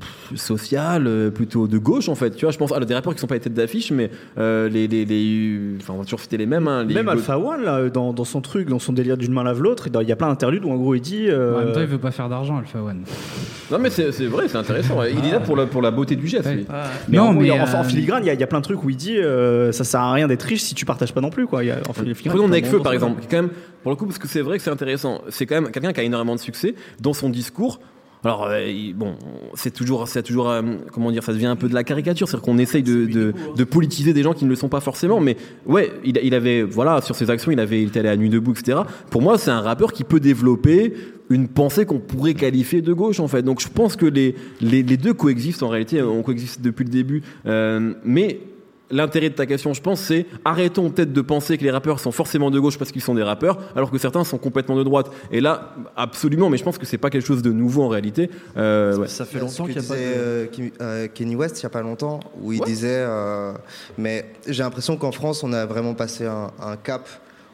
social, plutôt de gauche en fait. Tu vois, je pense à des rappeurs qui sont pas les têtes d'affiche, mais euh, les, les, les, enfin on va toujours citer les mêmes. Hein, les Même go- Alpha One là, dans, dans son truc, dans son délire d'une main lave l'autre, il y a plein d'interludes où en gros il dit. Euh... En même temps, il veut pas faire d'argent, Alpha One. Non mais c'est, c'est vrai, c'est intéressant. Il est là pour la, pour la beauté du geste. Ouais. lui. Mais Non, en, gros, mais, il y a- en, en euh, filigrane, il y, a- il y a plein de trucs où il dit euh, ça sert à rien d'être riche si tu partages pas non plus quoi. Il y a, en filigrane, Prenons il y a Nekfeu plein de par bons exemple, qui est quand même pour le coup parce que c'est vrai que c'est intéressant. C'est quand même quelqu'un qui a énormément de succès dans son discours. Alors euh, il- bon, c'est toujours, c'est toujours, euh, comment dire, ça devient un peu de la caricature, c'est-à-dire qu'on essaye de, de, de politiser des gens qui ne le sont pas forcément. Mais ouais, il, il avait, voilà, sur ses actions, il avait, il était allé à Nuit debout, et cetera. Pour moi, c'est un rappeur qui peut développer une pensée qu'on pourrait qualifier de gauche en fait. Donc je pense que les les, les deux coexistent en réalité, on coexiste depuis le début, euh, mais l'intérêt de ta question, je pense, c'est arrêtons peut-être de penser que les rappeurs sont forcément de gauche parce qu'ils sont des rappeurs, alors que certains sont complètement de droite. Et là, absolument, mais je pense que c'est pas quelque chose de nouveau en réalité. Euh, ouais. Ça fait Il y a ce longtemps que qu'il n'y a pas disait, de... euh, Kim- euh, Kenny West il n'y a pas longtemps où il Ouais. disait euh, mais j'ai l'impression qu'en France on a vraiment passé un, un cap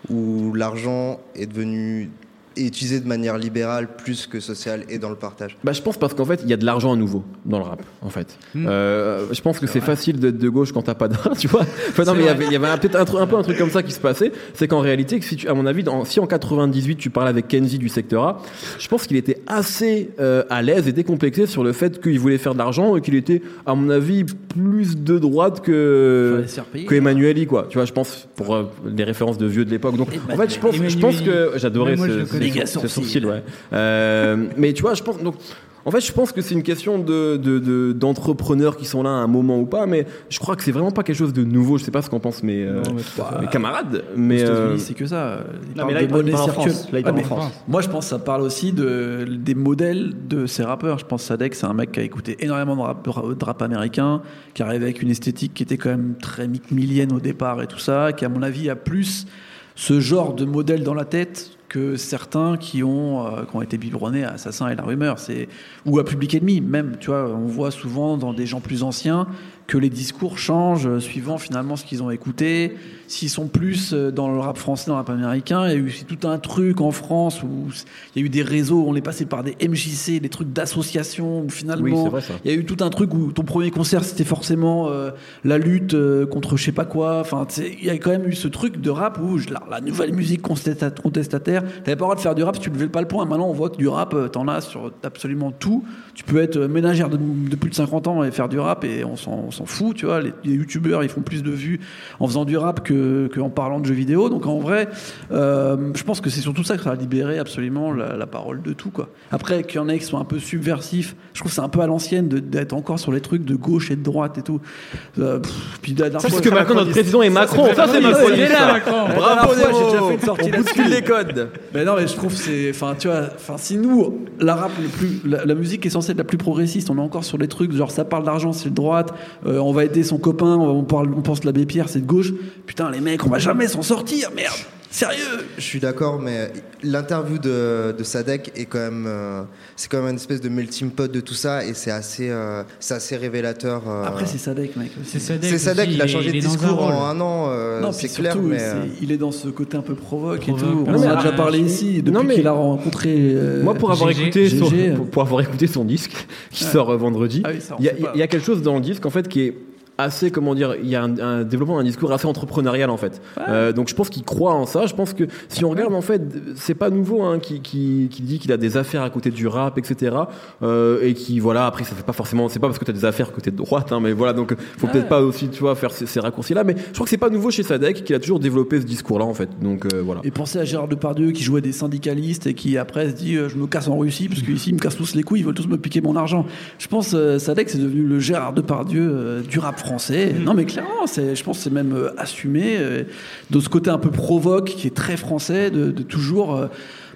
où l'argent est devenu est utilisé de manière libérale plus que sociale et dans le partage. Bah, je pense parce qu'en fait, il y a de l'argent à nouveau dans le rap, en fait. Mm. Euh, je pense que c'est facile d'être de gauche quand t'as pas d'argent, tu vois. Enfin, non, mais il y avait, il y avait un- peut-être un, tru- un peu un truc comme ça qui se passait. C'est qu'en réalité, que si tu, à mon avis, dans, si en quatre-vingt-dix-huit tu parles avec Kenzie du Secteur A, je pense qu'il était assez euh, à l'aise et décomplexé sur le fait qu'il voulait faire de l'argent et qu'il était, à mon avis, plus de droite que Fallait se faire payer. que Emmanuel I, quoi. Tu vois, je pense pour euh, les références de vieux de l'époque. Donc, en fait, je pense, je pense que j'adorais Même moi, je ce, le ce, connais. ce- ce sourcil, ouais. Euh, mais tu vois, je pense donc. En fait, je pense que c'est une question de, de, de- d'entrepreneurs qui sont là à un moment ou pas, mais je crois que c'est vraiment pas quelque chose de nouveau. Je sais pas ce qu'en pensent mes, euh, Non, mais tout à fait. mes camarades, Aux mais États-Unis, euh, c'est que ça. Ils Non, parlent mais là, de il parle- il monnaie parle en circule. France. Là, il Ah, parle en mais France. Moi, je pense que ça parle aussi de, des modèles de ces rappeurs. Je pense que Sadek, c'est un mec qui a écouté énormément de rap, de rap américain, qui arrivait avec une esthétique qui était quand même très Mick Millienne au départ et tout ça, qui, à mon avis, a plus ce genre de modèle dans la tête que certains qui ont, euh, qui ont été biberonnés à Assassin et La Rumeur, c'est, ou à Public Enemy. Même, tu vois, on voit souvent dans des gens plus anciens que les discours changent euh, suivant finalement ce qu'ils ont écouté. S'ils sont plus euh, dans le rap français, dans le rap américain, il y a eu aussi tout un truc en France où il y a eu des réseaux, on est passé par des M J C, des trucs d'association, où finalement oui, c'est vrai ça. il y a eu tout un truc où ton premier concert c'était forcément euh, la lutte euh, contre je sais pas quoi. Enfin, tu sais, il y a quand même eu ce truc de rap où je- la, la nouvelle musique contesta- contestataire. T'avais pas le droit de faire du rap si tu levais pas le point. Maintenant, on voit que du rap, euh, t'en as sur absolument tout. Tu peux être euh, ménagère de, de plus de cinquante ans et faire du rap et on s'en, on s'en fout, tu vois. Les, les youtubeurs, ils font plus de vues en faisant du rap que, que en parlant de jeux vidéo. Donc en vrai, euh, je pense que c'est surtout ça que ça va libérer absolument la, la parole de tout, quoi. Après, qu'il y en ait qui sont un peu subversifs, je trouve que c'est un peu à l'ancienne de- d'être encore sur les trucs de gauche et de droite et tout. Euh, pff, puis la dernière ça, fois- parce que maintenant notre président est Macron. Ça, c'est Macron, Macron. il est là, Macron. La Bravo, dernière fois, j'ai déjà Nemo. fait une sortie On bouscule là-dessus. les codes. Mais non, mais je trouve que c'est, enfin, tu vois, enfin, si nous, la rap le plus, la, la musique est censée être la plus progressiste, on est encore sur les trucs genre ça parle d'argent, c'est de droite, euh, on va aider son copain, on, va- on parle, on pense l'abbé Pierre, c'est de gauche. Putain, les mecs, on va jamais s'en sortir, merde, sérieux. Je suis d'accord, mais l'interview de, de Sadek est quand même, euh, c'est quand même une espèce de melting pot de tout ça et c'est assez, euh, c'est assez révélateur. euh. Après, c'est Sadek, mec. C'est Sadek. c'est Sadek, aussi, il a est- changé il de est dans un discours rôle. en un an, euh, Non, c'est puis clair, surtout, mais c'est- euh, il est dans ce côté un peu provoque Provoque, et tout. On non, en mais a déjà ah, parlé je- ici depuis non, mais- qu'il a rencontré. euh, Moi, pour avoir G G, écouté son, G G, pour, pour avoir écouté son disque qui Ouais. sort euh, vendredi, Ah oui, ça, on il y, a- sait pas. il y a quelque chose dans le disque en fait qui est assez, comment dire, il y a un, un développement d'un discours assez entrepreneurial en fait. Euh, donc je pense qu'il croit en ça. Je pense que si on regarde en fait, c'est pas nouveau hein, qui, qui, qui dit qu'il a des affaires à côté du rap, et cetera. Euh, et qui voilà, après ça fait pas forcément, c'est pas parce que t'as des affaires côté de droite, hein, mais voilà, donc faut peut-être pas aussi, tu vois, faire ces, ces raccourcis là. Mais je crois que c'est pas nouveau chez Sadek, qu'il a toujours développé ce discours là en fait. Donc euh, voilà. Et pensez à Gérard Depardieu qui jouait des syndicalistes et qui après se dit euh, je me casse en Russie parce qu'ici ils me cassent tous les couilles, ils veulent tous me piquer mon argent. Je pense euh, Sadek c'est devenu le Gérard Depardieu euh, du rap français. Non mais clairement, c'est, je pense que c'est même euh, assumé euh, de ce côté un peu provoque qui est très français de, de toujours. Euh,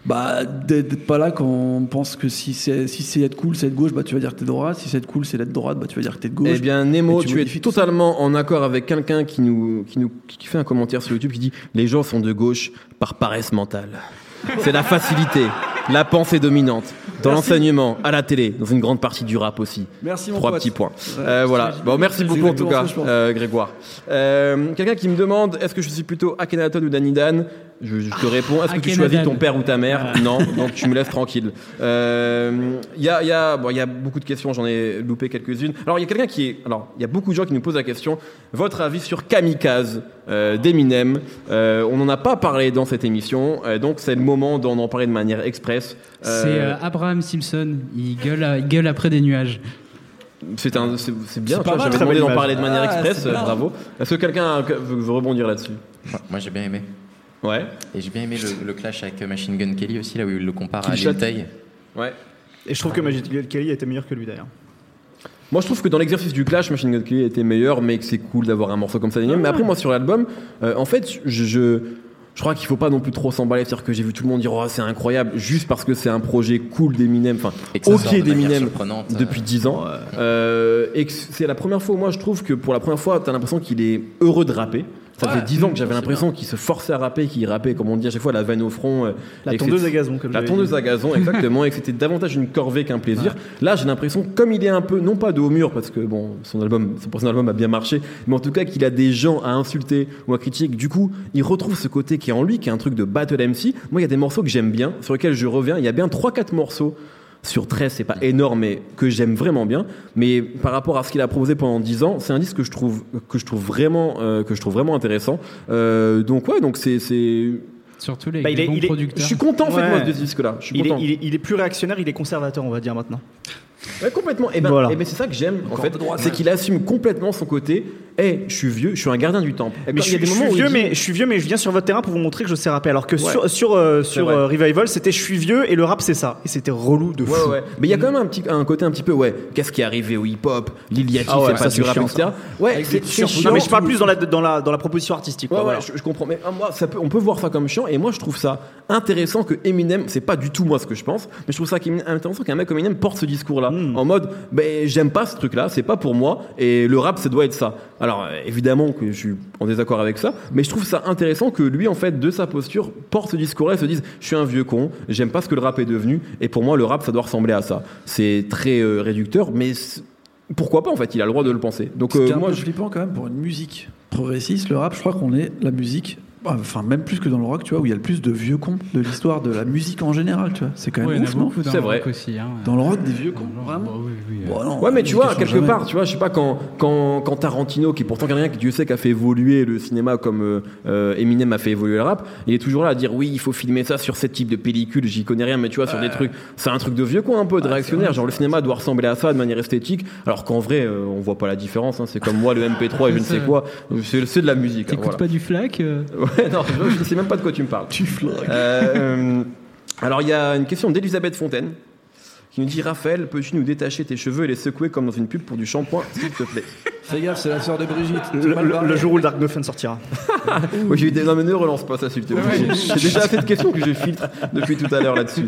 Bah, d'être pas là quand on pense que si c'est, si c'est être cool, c'est être gauche, bah tu vas dire que t'es de droite. Si c'est être cool, c'est d'être droite, bah tu vas dire que t'es de gauche. Eh bien, Nemo, Et tu, tu es totalement en accord avec quelqu'un qui nous, qui nous qui fait un commentaire sur YouTube qui dit « Les gens sont de gauche par paresse mentale ». C'est la facilité, la pensée dominante, dans Merci. l'enseignement, à la télé, dans une grande partie du rap aussi. Merci, mon Trois pote. petits points. Ouais, Euh, voilà. Bon, merci c'est beaucoup en tout exactement cas, ce que je pense. euh, Grégoire. Euh, quelqu'un qui me demande est-ce que je suis plutôt Akhenaton ou Danny Dan. Je, je te réponds est-ce que tu Akhenaton. choisis ton père ou ta mère? Non, donc tu me laisses tranquille. Il euh, y a, y a, bon, y a beaucoup de questions, j'en ai loupé quelques-unes. Alors il y a quelqu'un qui est, alors il y a beaucoup de gens qui nous posent la question. Votre avis sur Kamikaze euh, d'Eminem? euh, On n'en a pas parlé dans cette émission, euh, donc c'est le moment d'en en parler de manière express. Euh, C'est euh, Abraham Simpson, il gueule, à- il gueule après des nuages. C'est un, c'est, c'est bien. C'est tu pas vois, mal, j'avais très demandé belle d'en image. parler de manière Ah, express. c'est euh, bien. bravo. Est-ce que quelqu'un a- veut, veut rebondir là-dessus? Moi, j'ai bien aimé. Ouais. Et j'ai bien aimé le, le clash avec Machine Gun Kelly aussi, là où il le compare à Killshot. Lil Tay. Ouais. Et je trouve que Magic Kelly était meilleur que lui d'ailleurs. Moi, je trouve que dans l'exercice du clash, Machine Gun Kelly était meilleur, mais que c'est cool d'avoir un morceau comme ça. Mais après, moi, sur l'album, euh, en fait, je, je, je crois qu'il faut pas non plus trop s'emballer. C'est-à-dire que j'ai vu tout le monde dire, oh, c'est incroyable, juste parce que c'est un projet cool d'Eminem, enfin, Et que ça sort ok de manière d'Eminem surprenante, euh. depuis dix ans. Euh, et que c'est la première fois, moi, je trouve que pour la première fois, t'as l'impression qu'il est heureux de rapper. Ça faisait dix ans que j'avais l'impression qu'il se forçait à rapper, qu'il rappait, comme on dit à chaque fois, la veine au front. euh, La et que tondeuse c'est- à gazon, comme La j'avais tondeuse dit. à gazon, exactement, et que c'était davantage une corvée qu'un plaisir. Là, j'ai l'impression, comme il est un peu, non pas de haut mur, parce que bon, son album, son premier album a bien marché, mais en tout cas qu'il a des gens à insulter ou à critiquer. Du coup, il retrouve ce côté qui est en lui, qui est un truc de battle M C. Moi, il y a des morceaux que j'aime bien, sur lesquels je reviens. Il y a bien trois quatre morceaux. Sur treize, c'est pas énorme, mais que j'aime vraiment bien. Mais par rapport à ce qu'il a proposé pendant dix ans, c'est un disque que je trouve, que je trouve, vraiment, euh, que je trouve vraiment intéressant. Euh, donc, ouais, donc c'est. c'est... Surtout les, Bah, il les est- bons il est- producteurs. Je suis content, en fait, Ouais. moi, de ce disque-là. Je suis Il est, content. il, est, il est plus réactionnaire, il est conservateur, on va dire maintenant. Ouais, complètement. Et ben, Voilà. eh ben, c'est ça que j'aime, en Encore fait. de droite, C'est ouais. qu'il assume complètement son côté. Eh, je suis vieux, je suis un gardien du temple. Et Mais quand je, il y a suis- des je moments suis où il vieux, dit- mais je suis vieux, mais je viens sur votre terrain pour vous montrer que je sais rapper. Alors que Ouais. sur sur euh, sur vrai. euh, Revival, c'était je suis vieux et le rap c'est ça. Et c'était relou de Ouais, fou. ouais. Mais il y a quand même un, petit, un côté un petit peu, ouais, qu'est-ce qui est arrivé au hip-hop? Lil Yachty, Ah ouais, c'est ça, pas c'est du rap, chiant, et cetera. Ouais, Avec c'est des c'est t-shirts chiant. Non, mais je parle plus dans la dans la dans la proposition artistique. Ouais, quoi, ouais, voilà. je, je comprends. Mais ah, moi, ça peut, on peut voir ça comme chiant. Et moi, je trouve ça intéressant que Eminem, c'est pas du tout moi ce que je pense, mais je trouve ça qu'Eminem- intéressant qu'un mec comme Eminem porte ce discours-là. Mm. En mode, ben, j'aime pas ce truc-là, c'est pas pour moi, et le rap, ça doit être ça. Alors, euh, évidemment que je suis en désaccord avec ça, mais je trouve ça intéressant que lui, en fait, de sa posture, porte ce discours-là et se dise, je suis un vieux con, j'aime pas ce que le rap est devenu, et pour moi, le rap, ça doit ressembler à ça. C'est très euh, réducteur, mais c'est- pourquoi pas, en fait, il a le droit de le penser. Donc, C'était euh, un moi, peu je- flippant quand même pour une musique progressiste. Le rap, je crois qu'on est la musique, enfin même plus que dans le rock, tu vois, où il y a le plus de vieux cons de l'histoire de la musique en général, tu vois. C'est quand Ouais, même il y en ouf, a non beaucoup dans C'est le vrai. rock aussi. Hein. Dans le rock, des vieux cons, Dans le- vraiment. bah oui, oui, Bon, euh. non, Ouais, mais la tu musique, vois, elle change quelque jamais. part, tu vois, je sais pas, quand, quand, quand Tarantino, qui est pourtant quelqu'un que Dieu sait qui a fait évoluer le cinéma comme euh, euh, Eminem a fait évoluer le rap, il est toujours là à dire oui, il faut filmer ça sur ce type de pellicule, j'y connais rien, mais tu vois, sur des trucs, c'est un truc de vieux quoi, un peu, de réactionnaire, genre le cinéma doit ressembler à ça de manière esthétique, alors qu'en vrai, euh, on voit pas la différence, hein, c'est comme moi, le M P trois et je ne sais quoi, c'est c'est de la musique. hein, T'écoutes voilà. pas du flac euh Ouais, non, je, je sais même pas de quoi tu me parles. Tu flaques. Euh, euh, alors, il y a une question d'Elisabeth Fontaine qui nous dit Raphaël, peux-tu nous détacher tes cheveux et les secouer comme dans une pub pour du shampoing, s'il te plaît? Fais gaffe, c'est la sœur de Brigitte. Le, T'es mal le- barré. le jour où le Dark Dauphin sortira. Oui, j'ai eu des... Non, mais ne relance pas ça, s'il te plaît. J'ai j'ai déjà assez de questions que je filtre depuis tout à l'heure là-dessus.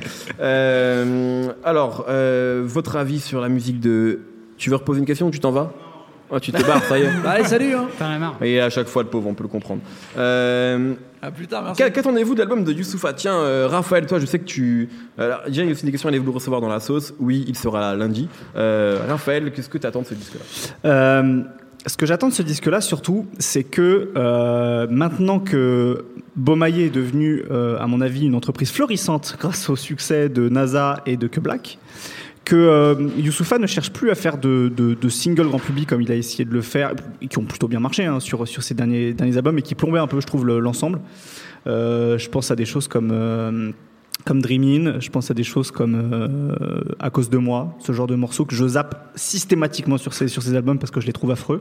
Euh, alors, euh, votre avis sur la musique de. Tu veux reposer une question ou tu t'en vas? Oh, tu te barres, ça y est. Allez, salut, hein. T'en as marre. Et à chaque fois, le pauvre, on peut le comprendre. Euh, À plus tard, merci. Qu'a- Qu'attendez-vous de l'album de Youssoupha? Tiens, euh, Raphaël, toi, je sais que tu. Alors, déjà, il y a aussi des questions. Allez-vous le recevoir dans la sauce? Oui, il sera là lundi. Euh, Raphaël, qu'est-ce que tu attends de ce disque-là? Euh, ce que j'attends de ce disque-là, surtout, c'est que euh, maintenant que Beaumaillé est devenu, euh, à mon avis, une entreprise florissante grâce au succès de NASA et de Que Black, que euh, Youssoupha ne cherche plus à faire de, de, de singles grand public comme il a essayé de le faire, et qui ont plutôt bien marché hein, sur, sur ses derniers, derniers albums, et qui plombaient un peu, je trouve, le- l'ensemble. Euh, je pense à des choses comme... euh, comme Dream In, je pense à des choses comme euh, À cause de moi, ce genre de morceaux que je zappe systématiquement sur ces, sur ces albums parce que je les trouve affreux.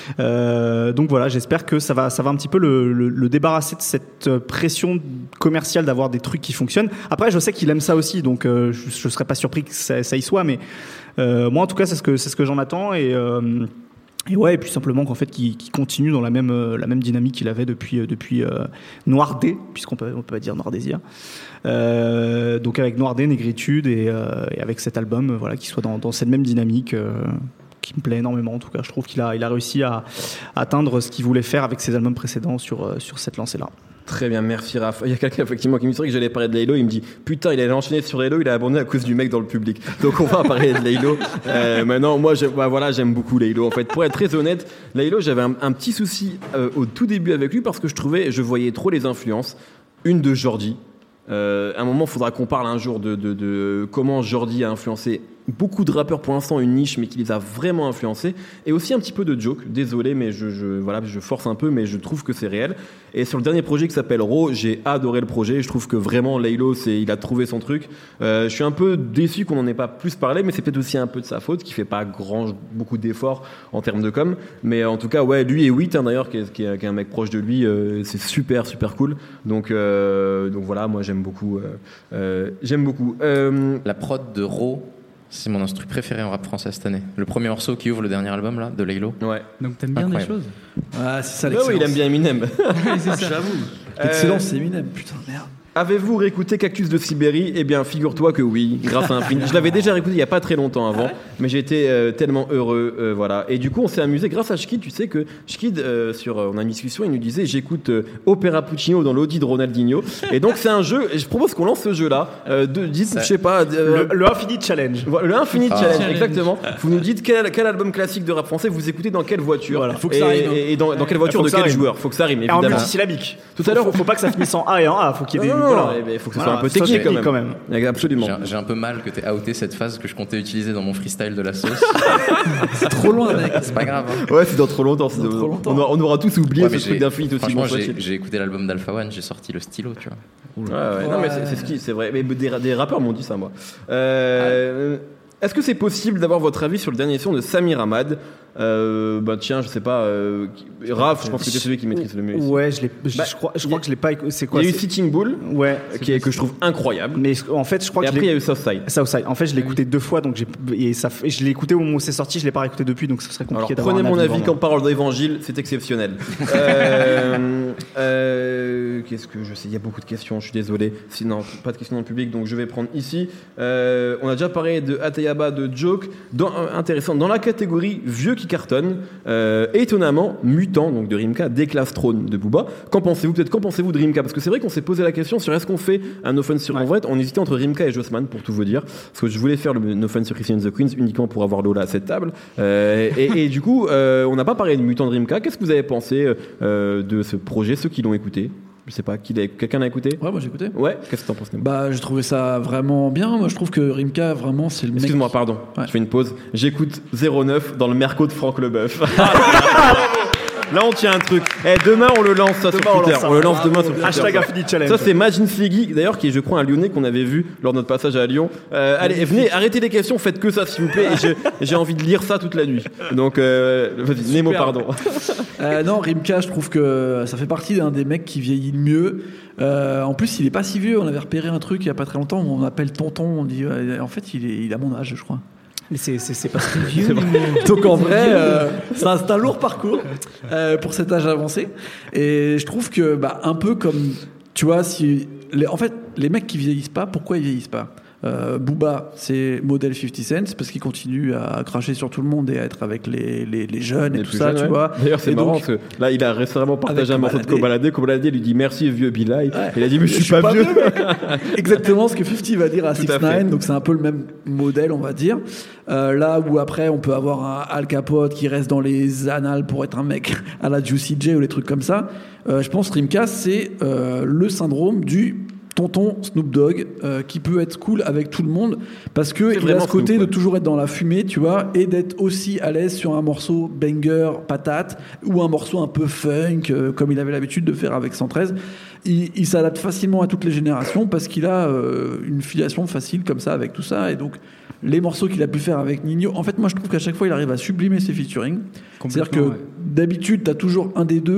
Euh, donc voilà, j'espère que ça va, ça va un petit peu le, le, le débarrasser de cette pression commerciale d'avoir des trucs qui fonctionnent. Après, je sais qu'il aime ça aussi, donc euh, je ne serais pas surpris que ça, ça y soit, mais euh, moi en tout cas, c'est ce que, c'est ce que j'en attends et... Euh, Et ouais, et puis simplement qu'en fait, qu'il qu'il continue dans la même, euh, la même dynamique qu'il avait depuis, euh, depuis euh, Noir D, puisqu'on peut, on peut pas dire Noir Désir. Euh, donc avec Noir D, Négritude, et, euh, et avec cet album, euh, voilà, qu'il soit dans, dans cette même dynamique, euh, qui me plaît énormément. En tout cas, je trouve qu'il a, il a réussi à, à atteindre ce qu'il voulait faire avec ses albums précédents sur, euh, sur cette lancée-là. Très bien, merci Raph. Il y a quelqu'un effectivement qui me dit que j'allais parler de Laylo. Il me dit putain, il allait enchaîner sur Laylo, il a abandonné à cause du mec dans le public. Donc on va parler de Laylo. Euh, maintenant, moi, je, bah, voilà, j'aime beaucoup Laylo. En fait, pour être très honnête, Laylo, j'avais un, un petit souci euh, au tout début avec lui parce que je trouvais, je voyais trop les influences. Une de Jordi. Euh, à un moment, il faudra qu'on parle un jour de, de, de comment Jordi a influencé beaucoup de rappeurs, pour l'instant une niche, mais qui les a vraiment influencés, et aussi un petit peu de Joke. Désolé, mais je, je, voilà, je force un peu, mais je trouve que c'est réel. Et sur le dernier projet qui s'appelle Raw, j'ai adoré le projet. Je trouve que vraiment Laylo, c'est, il a trouvé son truc. Euh, je suis un peu déçu qu'on n'en ait pas plus parlé, mais c'est peut-être aussi un peu de sa faute, qui fait pas grand, beaucoup d'efforts en termes de com. Mais en tout cas, ouais, lui et Witt, hein, d'ailleurs, qui est, qui, est, qui est un mec proche de lui, euh, c'est super, super cool. Donc, euh, donc voilà, moi j'aime beaucoup. Euh, euh, j'aime beaucoup. Euh, La prod de Raw, c'est mon instru préféré en rap français cette année. Le premier morceau qui ouvre le dernier album là, de Laylo. Ouais. Donc t'aimes bien Incroyable. des choses. Ah, c'est ça Bah l'excellence. oui, il aime bien Eminem. C'est ça. J'avoue. Euh, L'excellence, c'est Eminem. Putain, merde. Avez-vous réécouté Cactus de Sibérie ? Eh bien, figure-toi que oui, grâce à un film. Je l'avais déjà réécouté il n'y a pas très longtemps avant, mais j'ai été euh, tellement heureux, euh, voilà. Et du coup, on s'est amusé grâce à Schkid. Tu sais que Schkid, euh, sur, euh, on a une discussion, il nous disait j'écoute euh, Opéra Puccino dans l'Audi de Ronaldinho. Et donc c'est un jeu. Et je propose qu'on lance ce jeu-là. Euh, de, dites, Ça- je sais pas. euh, Le, le Infinite Challenge. voilà, le Infinite Ah. Challenge, Challenge. exactement. Vous nous dites quel, quel album classique de rap français vous écoutez dans quelle voiture. Voilà. Faut que et, ça rime, hein. et, et dans, dans quelle voiture Faut de que ça quel rime. joueur. Faut que ça rime, Et en évidemment. multisyllabique. Tout à l'heure, faut, faut pas que ça finisse en A et en A. Faut qu'il y ait des. Non, non, voilà. non, eh ben, il faut que ce Voilà, soit un peu ça, technique c'est quand même. quand même. Absolument. J'ai, j'ai un peu mal que t'aies outé cette phase que je comptais utiliser dans mon freestyle de la sauce. C'est trop loin, mec. C'est pas grave. Hein. Ouais, c'est dans trop longtemps. c'est Dans dans- trop longtemps. On, aura, on aura tous oublié Ouais, ce mais truc j'ai- d'Infinite aussi. Franchement, bon, j'ai, soit, j'ai écouté l'album d'Alpha One, j'ai sorti le stylo, tu vois. Ouais, ouais. Non, mais c'est, c'est ce qui, c'est vrai. Mais des, des rappeurs m'ont dit ça, moi. Euh, Est-ce que c'est possible d'avoir votre avis sur le dernier son de Samir Hamad ? Euh, bah tiens, je sais pas. Euh, Raph, je pense que c'est celui qui maîtrise le mieux. ici. Ouais, je, l'ai, je, Bah, je crois, je y a- crois que je l'ai pas écouté. C'est quoi Il y a eu c'est- Sitting Bull, Ouais. qui est, que je trouve incroyable. Mais en fait, je crois Et que après, je il y l'ai... a eu Southside. Southside. En fait, je l'ai écouté deux fois, donc j'ai et ça, et je l'ai écouté au moment où c'est sorti, je l'ai pas réécouté depuis, donc ce serait Alors compliqué d'avoir prenez un mon avis vraiment. comme parole d'évangile, c'est exceptionnel. euh, euh, qu'est-ce que je sais, il y a beaucoup de questions, je suis désolé. Sinon, pas de questions dans le public, donc je vais prendre ici. Euh, on a déjà parlé de Ateyaba, de Joke. Dans, euh, intéressant, dans la catégorie vieux qui cartonne, euh, étonnamment, Mutant, donc de Rimka, déclasse Trône de Booba. Qu'en pensez-vous ? Peut-être qu'en pensez-vous de Rimka ? Parce que c'est vrai qu'on s'est posé la question sur est-ce qu'on fait un No Fun sur... En vrai, on hésitait entre Rimka et Jossman, pour tout vous dire. Parce que je voulais faire le No Fun sur Christian and the Queens uniquement pour avoir Lola à cette table. Euh, et, et du coup, euh, on n'a pas parlé de Mutant de Rimka. Qu'est-ce que vous avez pensé euh, de ce projet, ceux qui l'ont écouté ? Je sais pas, qui l'a... quelqu'un l'a écouté ? Ouais, moi j'ai écouté. Ouais, qu'est-ce que t'en penses, Nemo ? Bah, j'ai trouvé ça vraiment bien. Moi, je trouve que Rimka, vraiment, c'est le mec. Excuse-moi, pardon, Ouais. je fais une pause. J'écoute zéro neuf dans le Merco de Franck Leboeuf. Là, on tient un truc. Eh, demain, on le lance ça Demain, sur on Twitter. lance ça. On le lance demain sur Twitter. Hashtag ça. Infinite Challenge. Ça, c'est Majin Fliggy, d'ailleurs, qui est, je crois, un Lyonnais qu'on avait vu lors de notre passage à Lyon. Euh, allez, venez, arrêtez les questions, faites que ça, s'il vous plaît. Et je- j'ai envie de lire ça toute la nuit. Donc, euh, vas-y, Nemo, pardon. Euh, non, Rimka, je trouve que ça fait partie d'un des mecs qui vieillit le mieux. Euh, en plus, il est pas si vieux. On avait repéré un truc il y a pas très longtemps où on appelle tonton. On dit, euh, en fait, il est, il a mon âge, je crois. Mais c'est, c'est, c'est pas Vieux, mais- Donc en vrai, euh, c'est, un, c'est un lourd parcours euh, pour cet âge avancé. Et je trouve que, bah, un peu comme, tu vois, si les, en fait, les mecs qui vieillissent pas, pourquoi ils vieillissent pas ? Euh, Booba, c'est modèle cinquante cents parce qu'il continue à cracher sur tout le monde et à être avec les, les, les jeunes et Les tout plus ça, jeunes, tu ouais. vois. D'ailleurs, c'est Et marrant donc- parce que là, il a récemment partagé Avec un morceau de Kobalade. Kobalade. Kobalade lui dit merci, vieux Bilal. Ouais. Il a dit, mais je suis pas vieux. Exactement ce que cinquante va dire à Tout six à fait. neuf, donc c'est un peu le même modèle, on va dire. Euh, là où après, on peut avoir un Al Capote qui reste dans les annales pour être un mec à la Juicy J ou les trucs comme ça. Euh, je pense que Rimka, c'est euh, le syndrome du tonton Snoop Dogg euh, qui peut être cool avec tout le monde parce que C'est il a vraiment ce côté Snoop, de ouais. toujours être dans la fumée, tu vois, et d'être aussi à l'aise sur un morceau banger patate ou un morceau un peu funk euh, comme il avait l'habitude de faire avec cent treize. Il, il s'adapte facilement à toutes les générations parce qu'il a euh, une filiation facile comme ça avec tout ça, et donc les morceaux qu'il a pu faire avec Nino, en fait moi je trouve qu'à chaque fois il arrive à sublimer ses featuring. C'est-à-dire que Complètement, ouais. d'habitude t'as toujours un des deux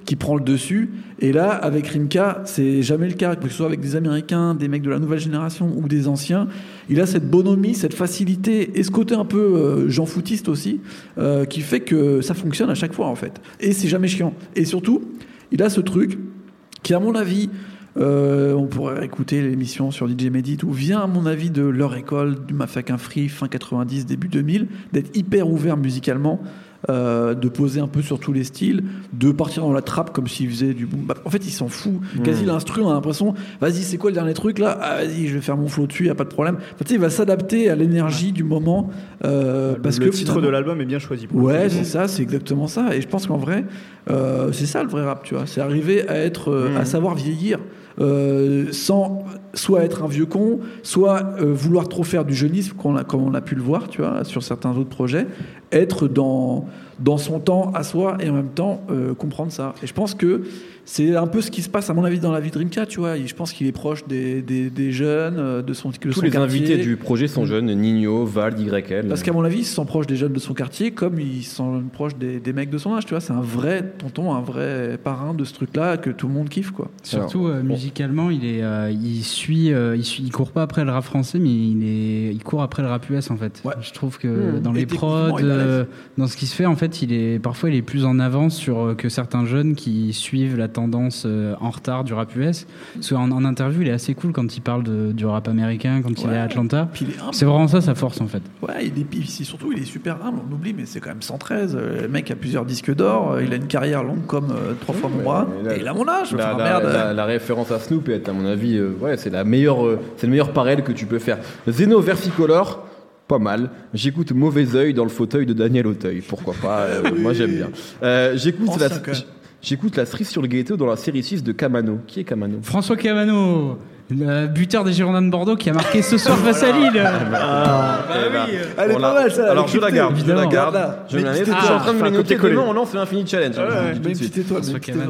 qui prend le dessus. Et là, avec Rimka, c'est jamais le cas, que ce soit avec des Américains, des mecs de la nouvelle génération ou des anciens. Il a cette bonhomie, cette facilité et ce côté un peu euh, Jean Foutiste aussi, euh, qui fait que ça fonctionne à chaque fois en fait. Et c'est jamais chiant. Et surtout, il a ce truc qui, à mon avis, euh, on pourrait écouter l'émission sur D J Medit, où vient, à mon avis, de leur école, du Mafakin Free, fin quatre-vingt-dix, début deux mille, d'être hyper ouvert musicalement. Euh, de poser un peu sur tous les styles, de partir dans la trappe comme s'il faisait du boom bap. En fait, il s'en fout. Mmh. Quasi l'instru, on a l'impression, vas-y, c'est quoi le dernier truc là ? Ah, vas-y, je vais faire mon flow dessus, y a pas de problème. Enfin, tu sais, il va s'adapter à l'énergie ouais. du moment. Euh, parce le que titre de l'album est bien choisi. Pour ouais, c'est ça, c'est exactement ça. Et je pense qu'en vrai, euh, c'est ça le vrai rap, tu vois. C'est arriver à être, euh, mmh. à savoir vieillir. Euh, sans soit être un vieux con, soit euh, vouloir trop faire du jeunisme, comme on, a, comme on a pu le voir, tu vois, sur certains autres projets, être dans, dans son temps à soi et en même temps euh, comprendre ça. Et je pense que c'est un peu ce qui se passe, à mon avis, dans la vie de Rimka, tu vois. Je pense qu'il est proche des, des, des jeunes, de son, de Tous son les quartier. invités du projet sont jeunes, Nino, Val, Y L. Parce qu'à mon avis, il se sent proche des jeunes de son quartier, comme il se sent proche des, des mecs de son âge, tu vois. C'est un vrai tonton, un vrai parrain de ce truc-là que tout le monde kiffe, quoi. Surtout euh, musicalement, il est, euh, il suit, euh, il suit, il court pas après le rap français, mais il est, il court après le rap U S en fait. Ouais. Je trouve que mmh. dans Et les prods, euh, dans ce qui se fait, en fait, il est parfois il est plus en avance sur euh, que certains jeunes qui suivent la tendance euh, en retard du rap U S. Parce qu'en en interview, il est assez cool quand il parle de, du rap américain, quand ouais. il est à Atlanta. Puis il est c'est vraiment ça sa force en fait. Ouais, il est, puis surtout il est super humble. On oublie, mais c'est quand même cent treize. Le mec a plusieurs disques d'or. Il a une carrière longue comme euh, trois fois mon bras. Et il a mon âge. La, enfin, la, merde. La, la référence à Snoop est, à mon avis, euh, ouais, c'est la meilleure, euh, c'est le meilleur parallèle que tu peux faire. Zeno Versicolor. Pas mal. J'écoute Mauvais Oeil dans le fauteuil de Daniel Auteuil. Pourquoi pas euh, oui. Moi j'aime bien. Euh, j'écoute la, j'écoute la cerise sur le ghetto dans la série six de Camano. Qui est Camano ? François Camano, le buteur des Girondins de Bordeaux qui a marqué ce soir face à Lille. Ah, bah oui. Elle est pas mal ça. Alors je la garde. Je la garde. Je me la mets. Je suis en train de me les noter. Demain on lance l'Infini Challenge. Même petite étoile.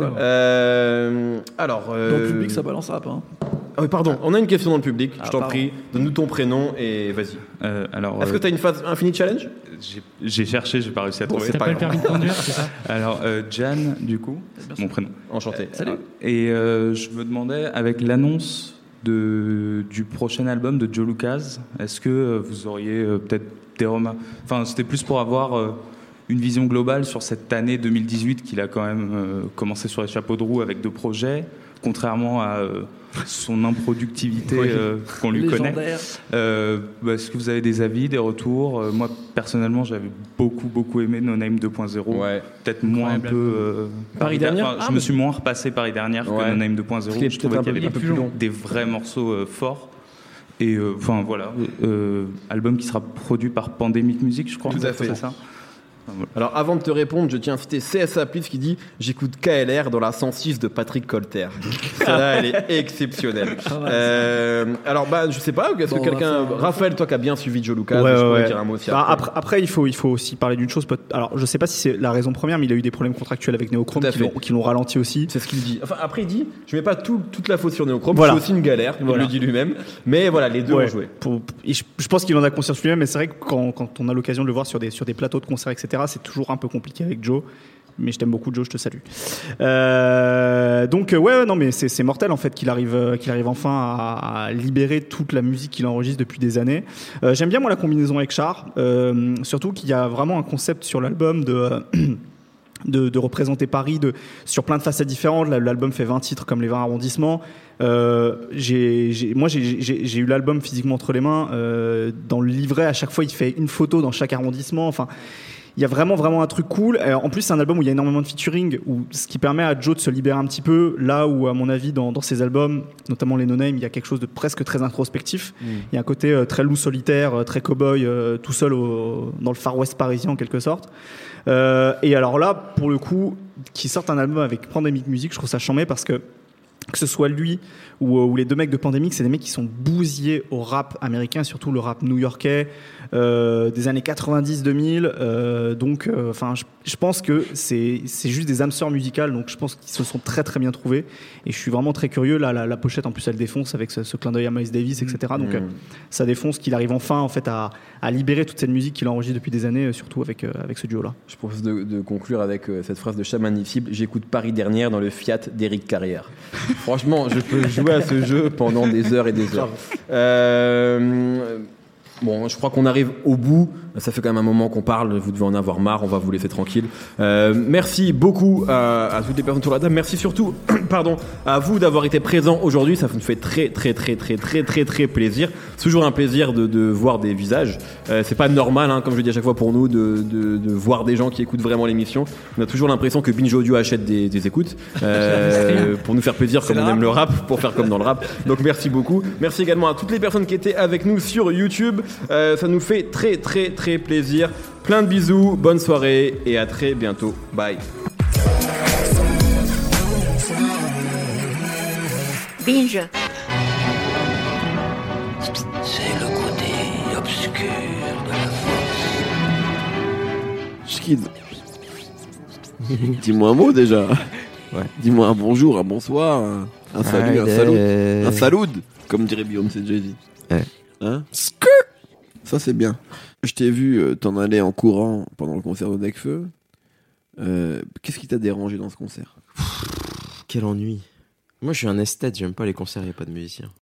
Alors. Dans le public ça balance rap. Hein. Ah oui, pardon, on a une question dans le public, ah, je t'en pardon. prie, donne-nous ton prénom et vas-y. Euh, alors, Est-ce que tu as une phase Infinite Challenge ? j'ai, j'ai cherché, j'ai pas réussi à trouver. C'est pas le permis de conduire, c'est ça ? Alors, euh, Jan, du coup, mon prénom. Enchanté. Euh, Salut. Et euh, je me demandais, avec l'annonce de, du prochain album de Joe Lucas, est-ce que vous auriez euh, peut-être des remarques ? Enfin, c'était plus pour avoir euh, une vision globale sur cette année deux mille dix-huit qu'il a quand même euh, commencé sur les chapeaux de roue avec deux projets, contrairement à... Euh, son improductivité oui. euh, qu'on lui Légendaire. connaît. Euh, bah, est-ce que vous avez des avis, des retours ? euh, Moi, personnellement, j'avais beaucoup, beaucoup aimé No Name deux point zéro. Ouais. Peut-être moins un peu... Euh, Paris dernière enfin, ah, Je me suis moins repassé Paris dernière ouais. que No Name deux point zéro. Je trouvais qu'il y avait peu des, des vrais morceaux euh, forts. Et enfin, euh, voilà. Euh, album qui sera produit par Pandemic Music, je crois. Tout à fait. C'est ça. Alors avant de te répondre, je tiens à citer C S A Plus qui dit « J'écoute K L R dans la cent six de Patrick Colter ». Celle-là, elle est exceptionnelle. euh, alors, bah, je sais pas, est-ce bon, que quelqu'un... Raphaël, Raphaël, toi qui as bien suivi Joe Lucas, ouais, je pourrais ouais. dire un mot aussi bah, après. après. Après, il faut, il faut aussi parler d'une chose. Alors, je sais pas si c'est la raison première, mais il a eu des problèmes contractuels avec Neochrome qui l'ont, qui l'ont ralenti aussi. C'est ce qu'il dit. Enfin, après, il dit « Je mets pas tout, toute la faute sur Neochrome, voilà. c'est aussi une galère, il voilà. le dit lui-même. » Mais voilà, les deux ouais. ont joué. Pour, je, je pense qu'il en a conscience lui-même, mais c'est vrai que quand, quand on a l'occasion de le voir sur des, sur des plateaux de concerts, et cetera, c'est toujours un peu compliqué avec Joe, mais je t'aime beaucoup Joe, je te salue. Euh, donc ouais, non mais c'est, c'est mortel en fait qu'il arrive, qu'il arrive enfin à, à libérer toute la musique qu'il enregistre depuis des années. Euh, j'aime bien moi la combinaison avec Char, euh, surtout qu'il y a vraiment un concept sur l'album de euh, De, de représenter Paris de, sur plein de facettes différentes. L'album fait vingt titres comme les vingt arrondissements. Euh, j'ai, j'ai, moi, j'ai, j'ai, j'ai eu l'album physiquement entre les mains. Euh, dans le livret, à chaque fois, il fait une photo dans chaque arrondissement. Enfin, il y a vraiment, vraiment un truc cool. Euh, en plus, c'est un album où il y a énormément de featuring, où, ce qui permet à Joe de se libérer un petit peu. Là où, à mon avis, dans, dans ses albums, notamment les No Name, il y a quelque chose de presque très introspectif. Mmh. Il y a un côté euh, très loup solitaire, euh, très cow-boy, euh, tout seul au, dans le Far West parisien, en quelque sorte. Euh, et alors là, pour le coup, qui sortent un album avec Pandemic Music, je trouve ça chambé parce que que ce soit lui ou, ou les deux mecs de Pandemic, c'est des mecs qui sont bousillés au rap américain, surtout le rap new-yorkais euh, des années quatre-vingt-dix deux mille. Euh, donc, enfin, euh, je, je pense que c'est c'est juste des âmes sœurs musicales. Donc, je pense qu'ils se sont très très bien trouvés. Et je suis vraiment très curieux. Là, la, la pochette, en plus, elle défonce avec ce, ce clin d'œil à Miles Davis, et cetera. Donc, mmh. euh, ça défonce qu'il arrive enfin en fait à, à libérer toute cette musique qu'il a enregistrée depuis des années, surtout avec euh, avec ce duo-là. Je propose de, de conclure avec euh, cette phrase de Shaman Invincible. J'écoute Paris dernière dans le Fiat d'Éric Carrière. Franchement, je peux jouer à ce jeu pendant des heures et des heures. Euh, bon, je crois qu'on arrive au bout. Ça fait quand même un moment qu'on parle. Vous devez en avoir marre. On va vous laisser tranquille. Euh, merci beaucoup à, à toutes les personnes sur la table. Merci surtout, pardon, à vous d'avoir été présents aujourd'hui. Ça nous fait très, très, très, très, très, très, très plaisir. C'est toujours un plaisir de, de voir des visages. Euh, c'est pas normal, hein, comme je le dis à chaque fois pour nous, de, de, de voir des gens qui écoutent vraiment l'émission. On a toujours l'impression que Binge Audio achète des, des écoutes euh, pour nous faire plaisir, comme on aime le rap, pour faire comme dans le rap. Donc merci beaucoup. Merci également à toutes les personnes qui étaient avec nous sur YouTube. Euh, ça nous fait très, très, très Très plaisir. Plein de bisous, bonne soirée et à très bientôt. Bye. Binge. C'est le côté obscur de la force. Skid. Dis-moi un mot déjà. Ouais. Dis-moi un bonjour, un bonsoir, un, un salut, un salut, un salut, comme dirait Beyoncé Jay-Z. Ouais. Hein? Skrr. Ça c'est bien. Je t'ai vu euh, t'en aller en courant pendant le concert de Nekfeu. Euh, qu'est-ce qui t'a dérangé dans ce concert? Quel ennui. Moi je suis un esthète, j'aime pas les concerts, il n'y a pas de musiciens.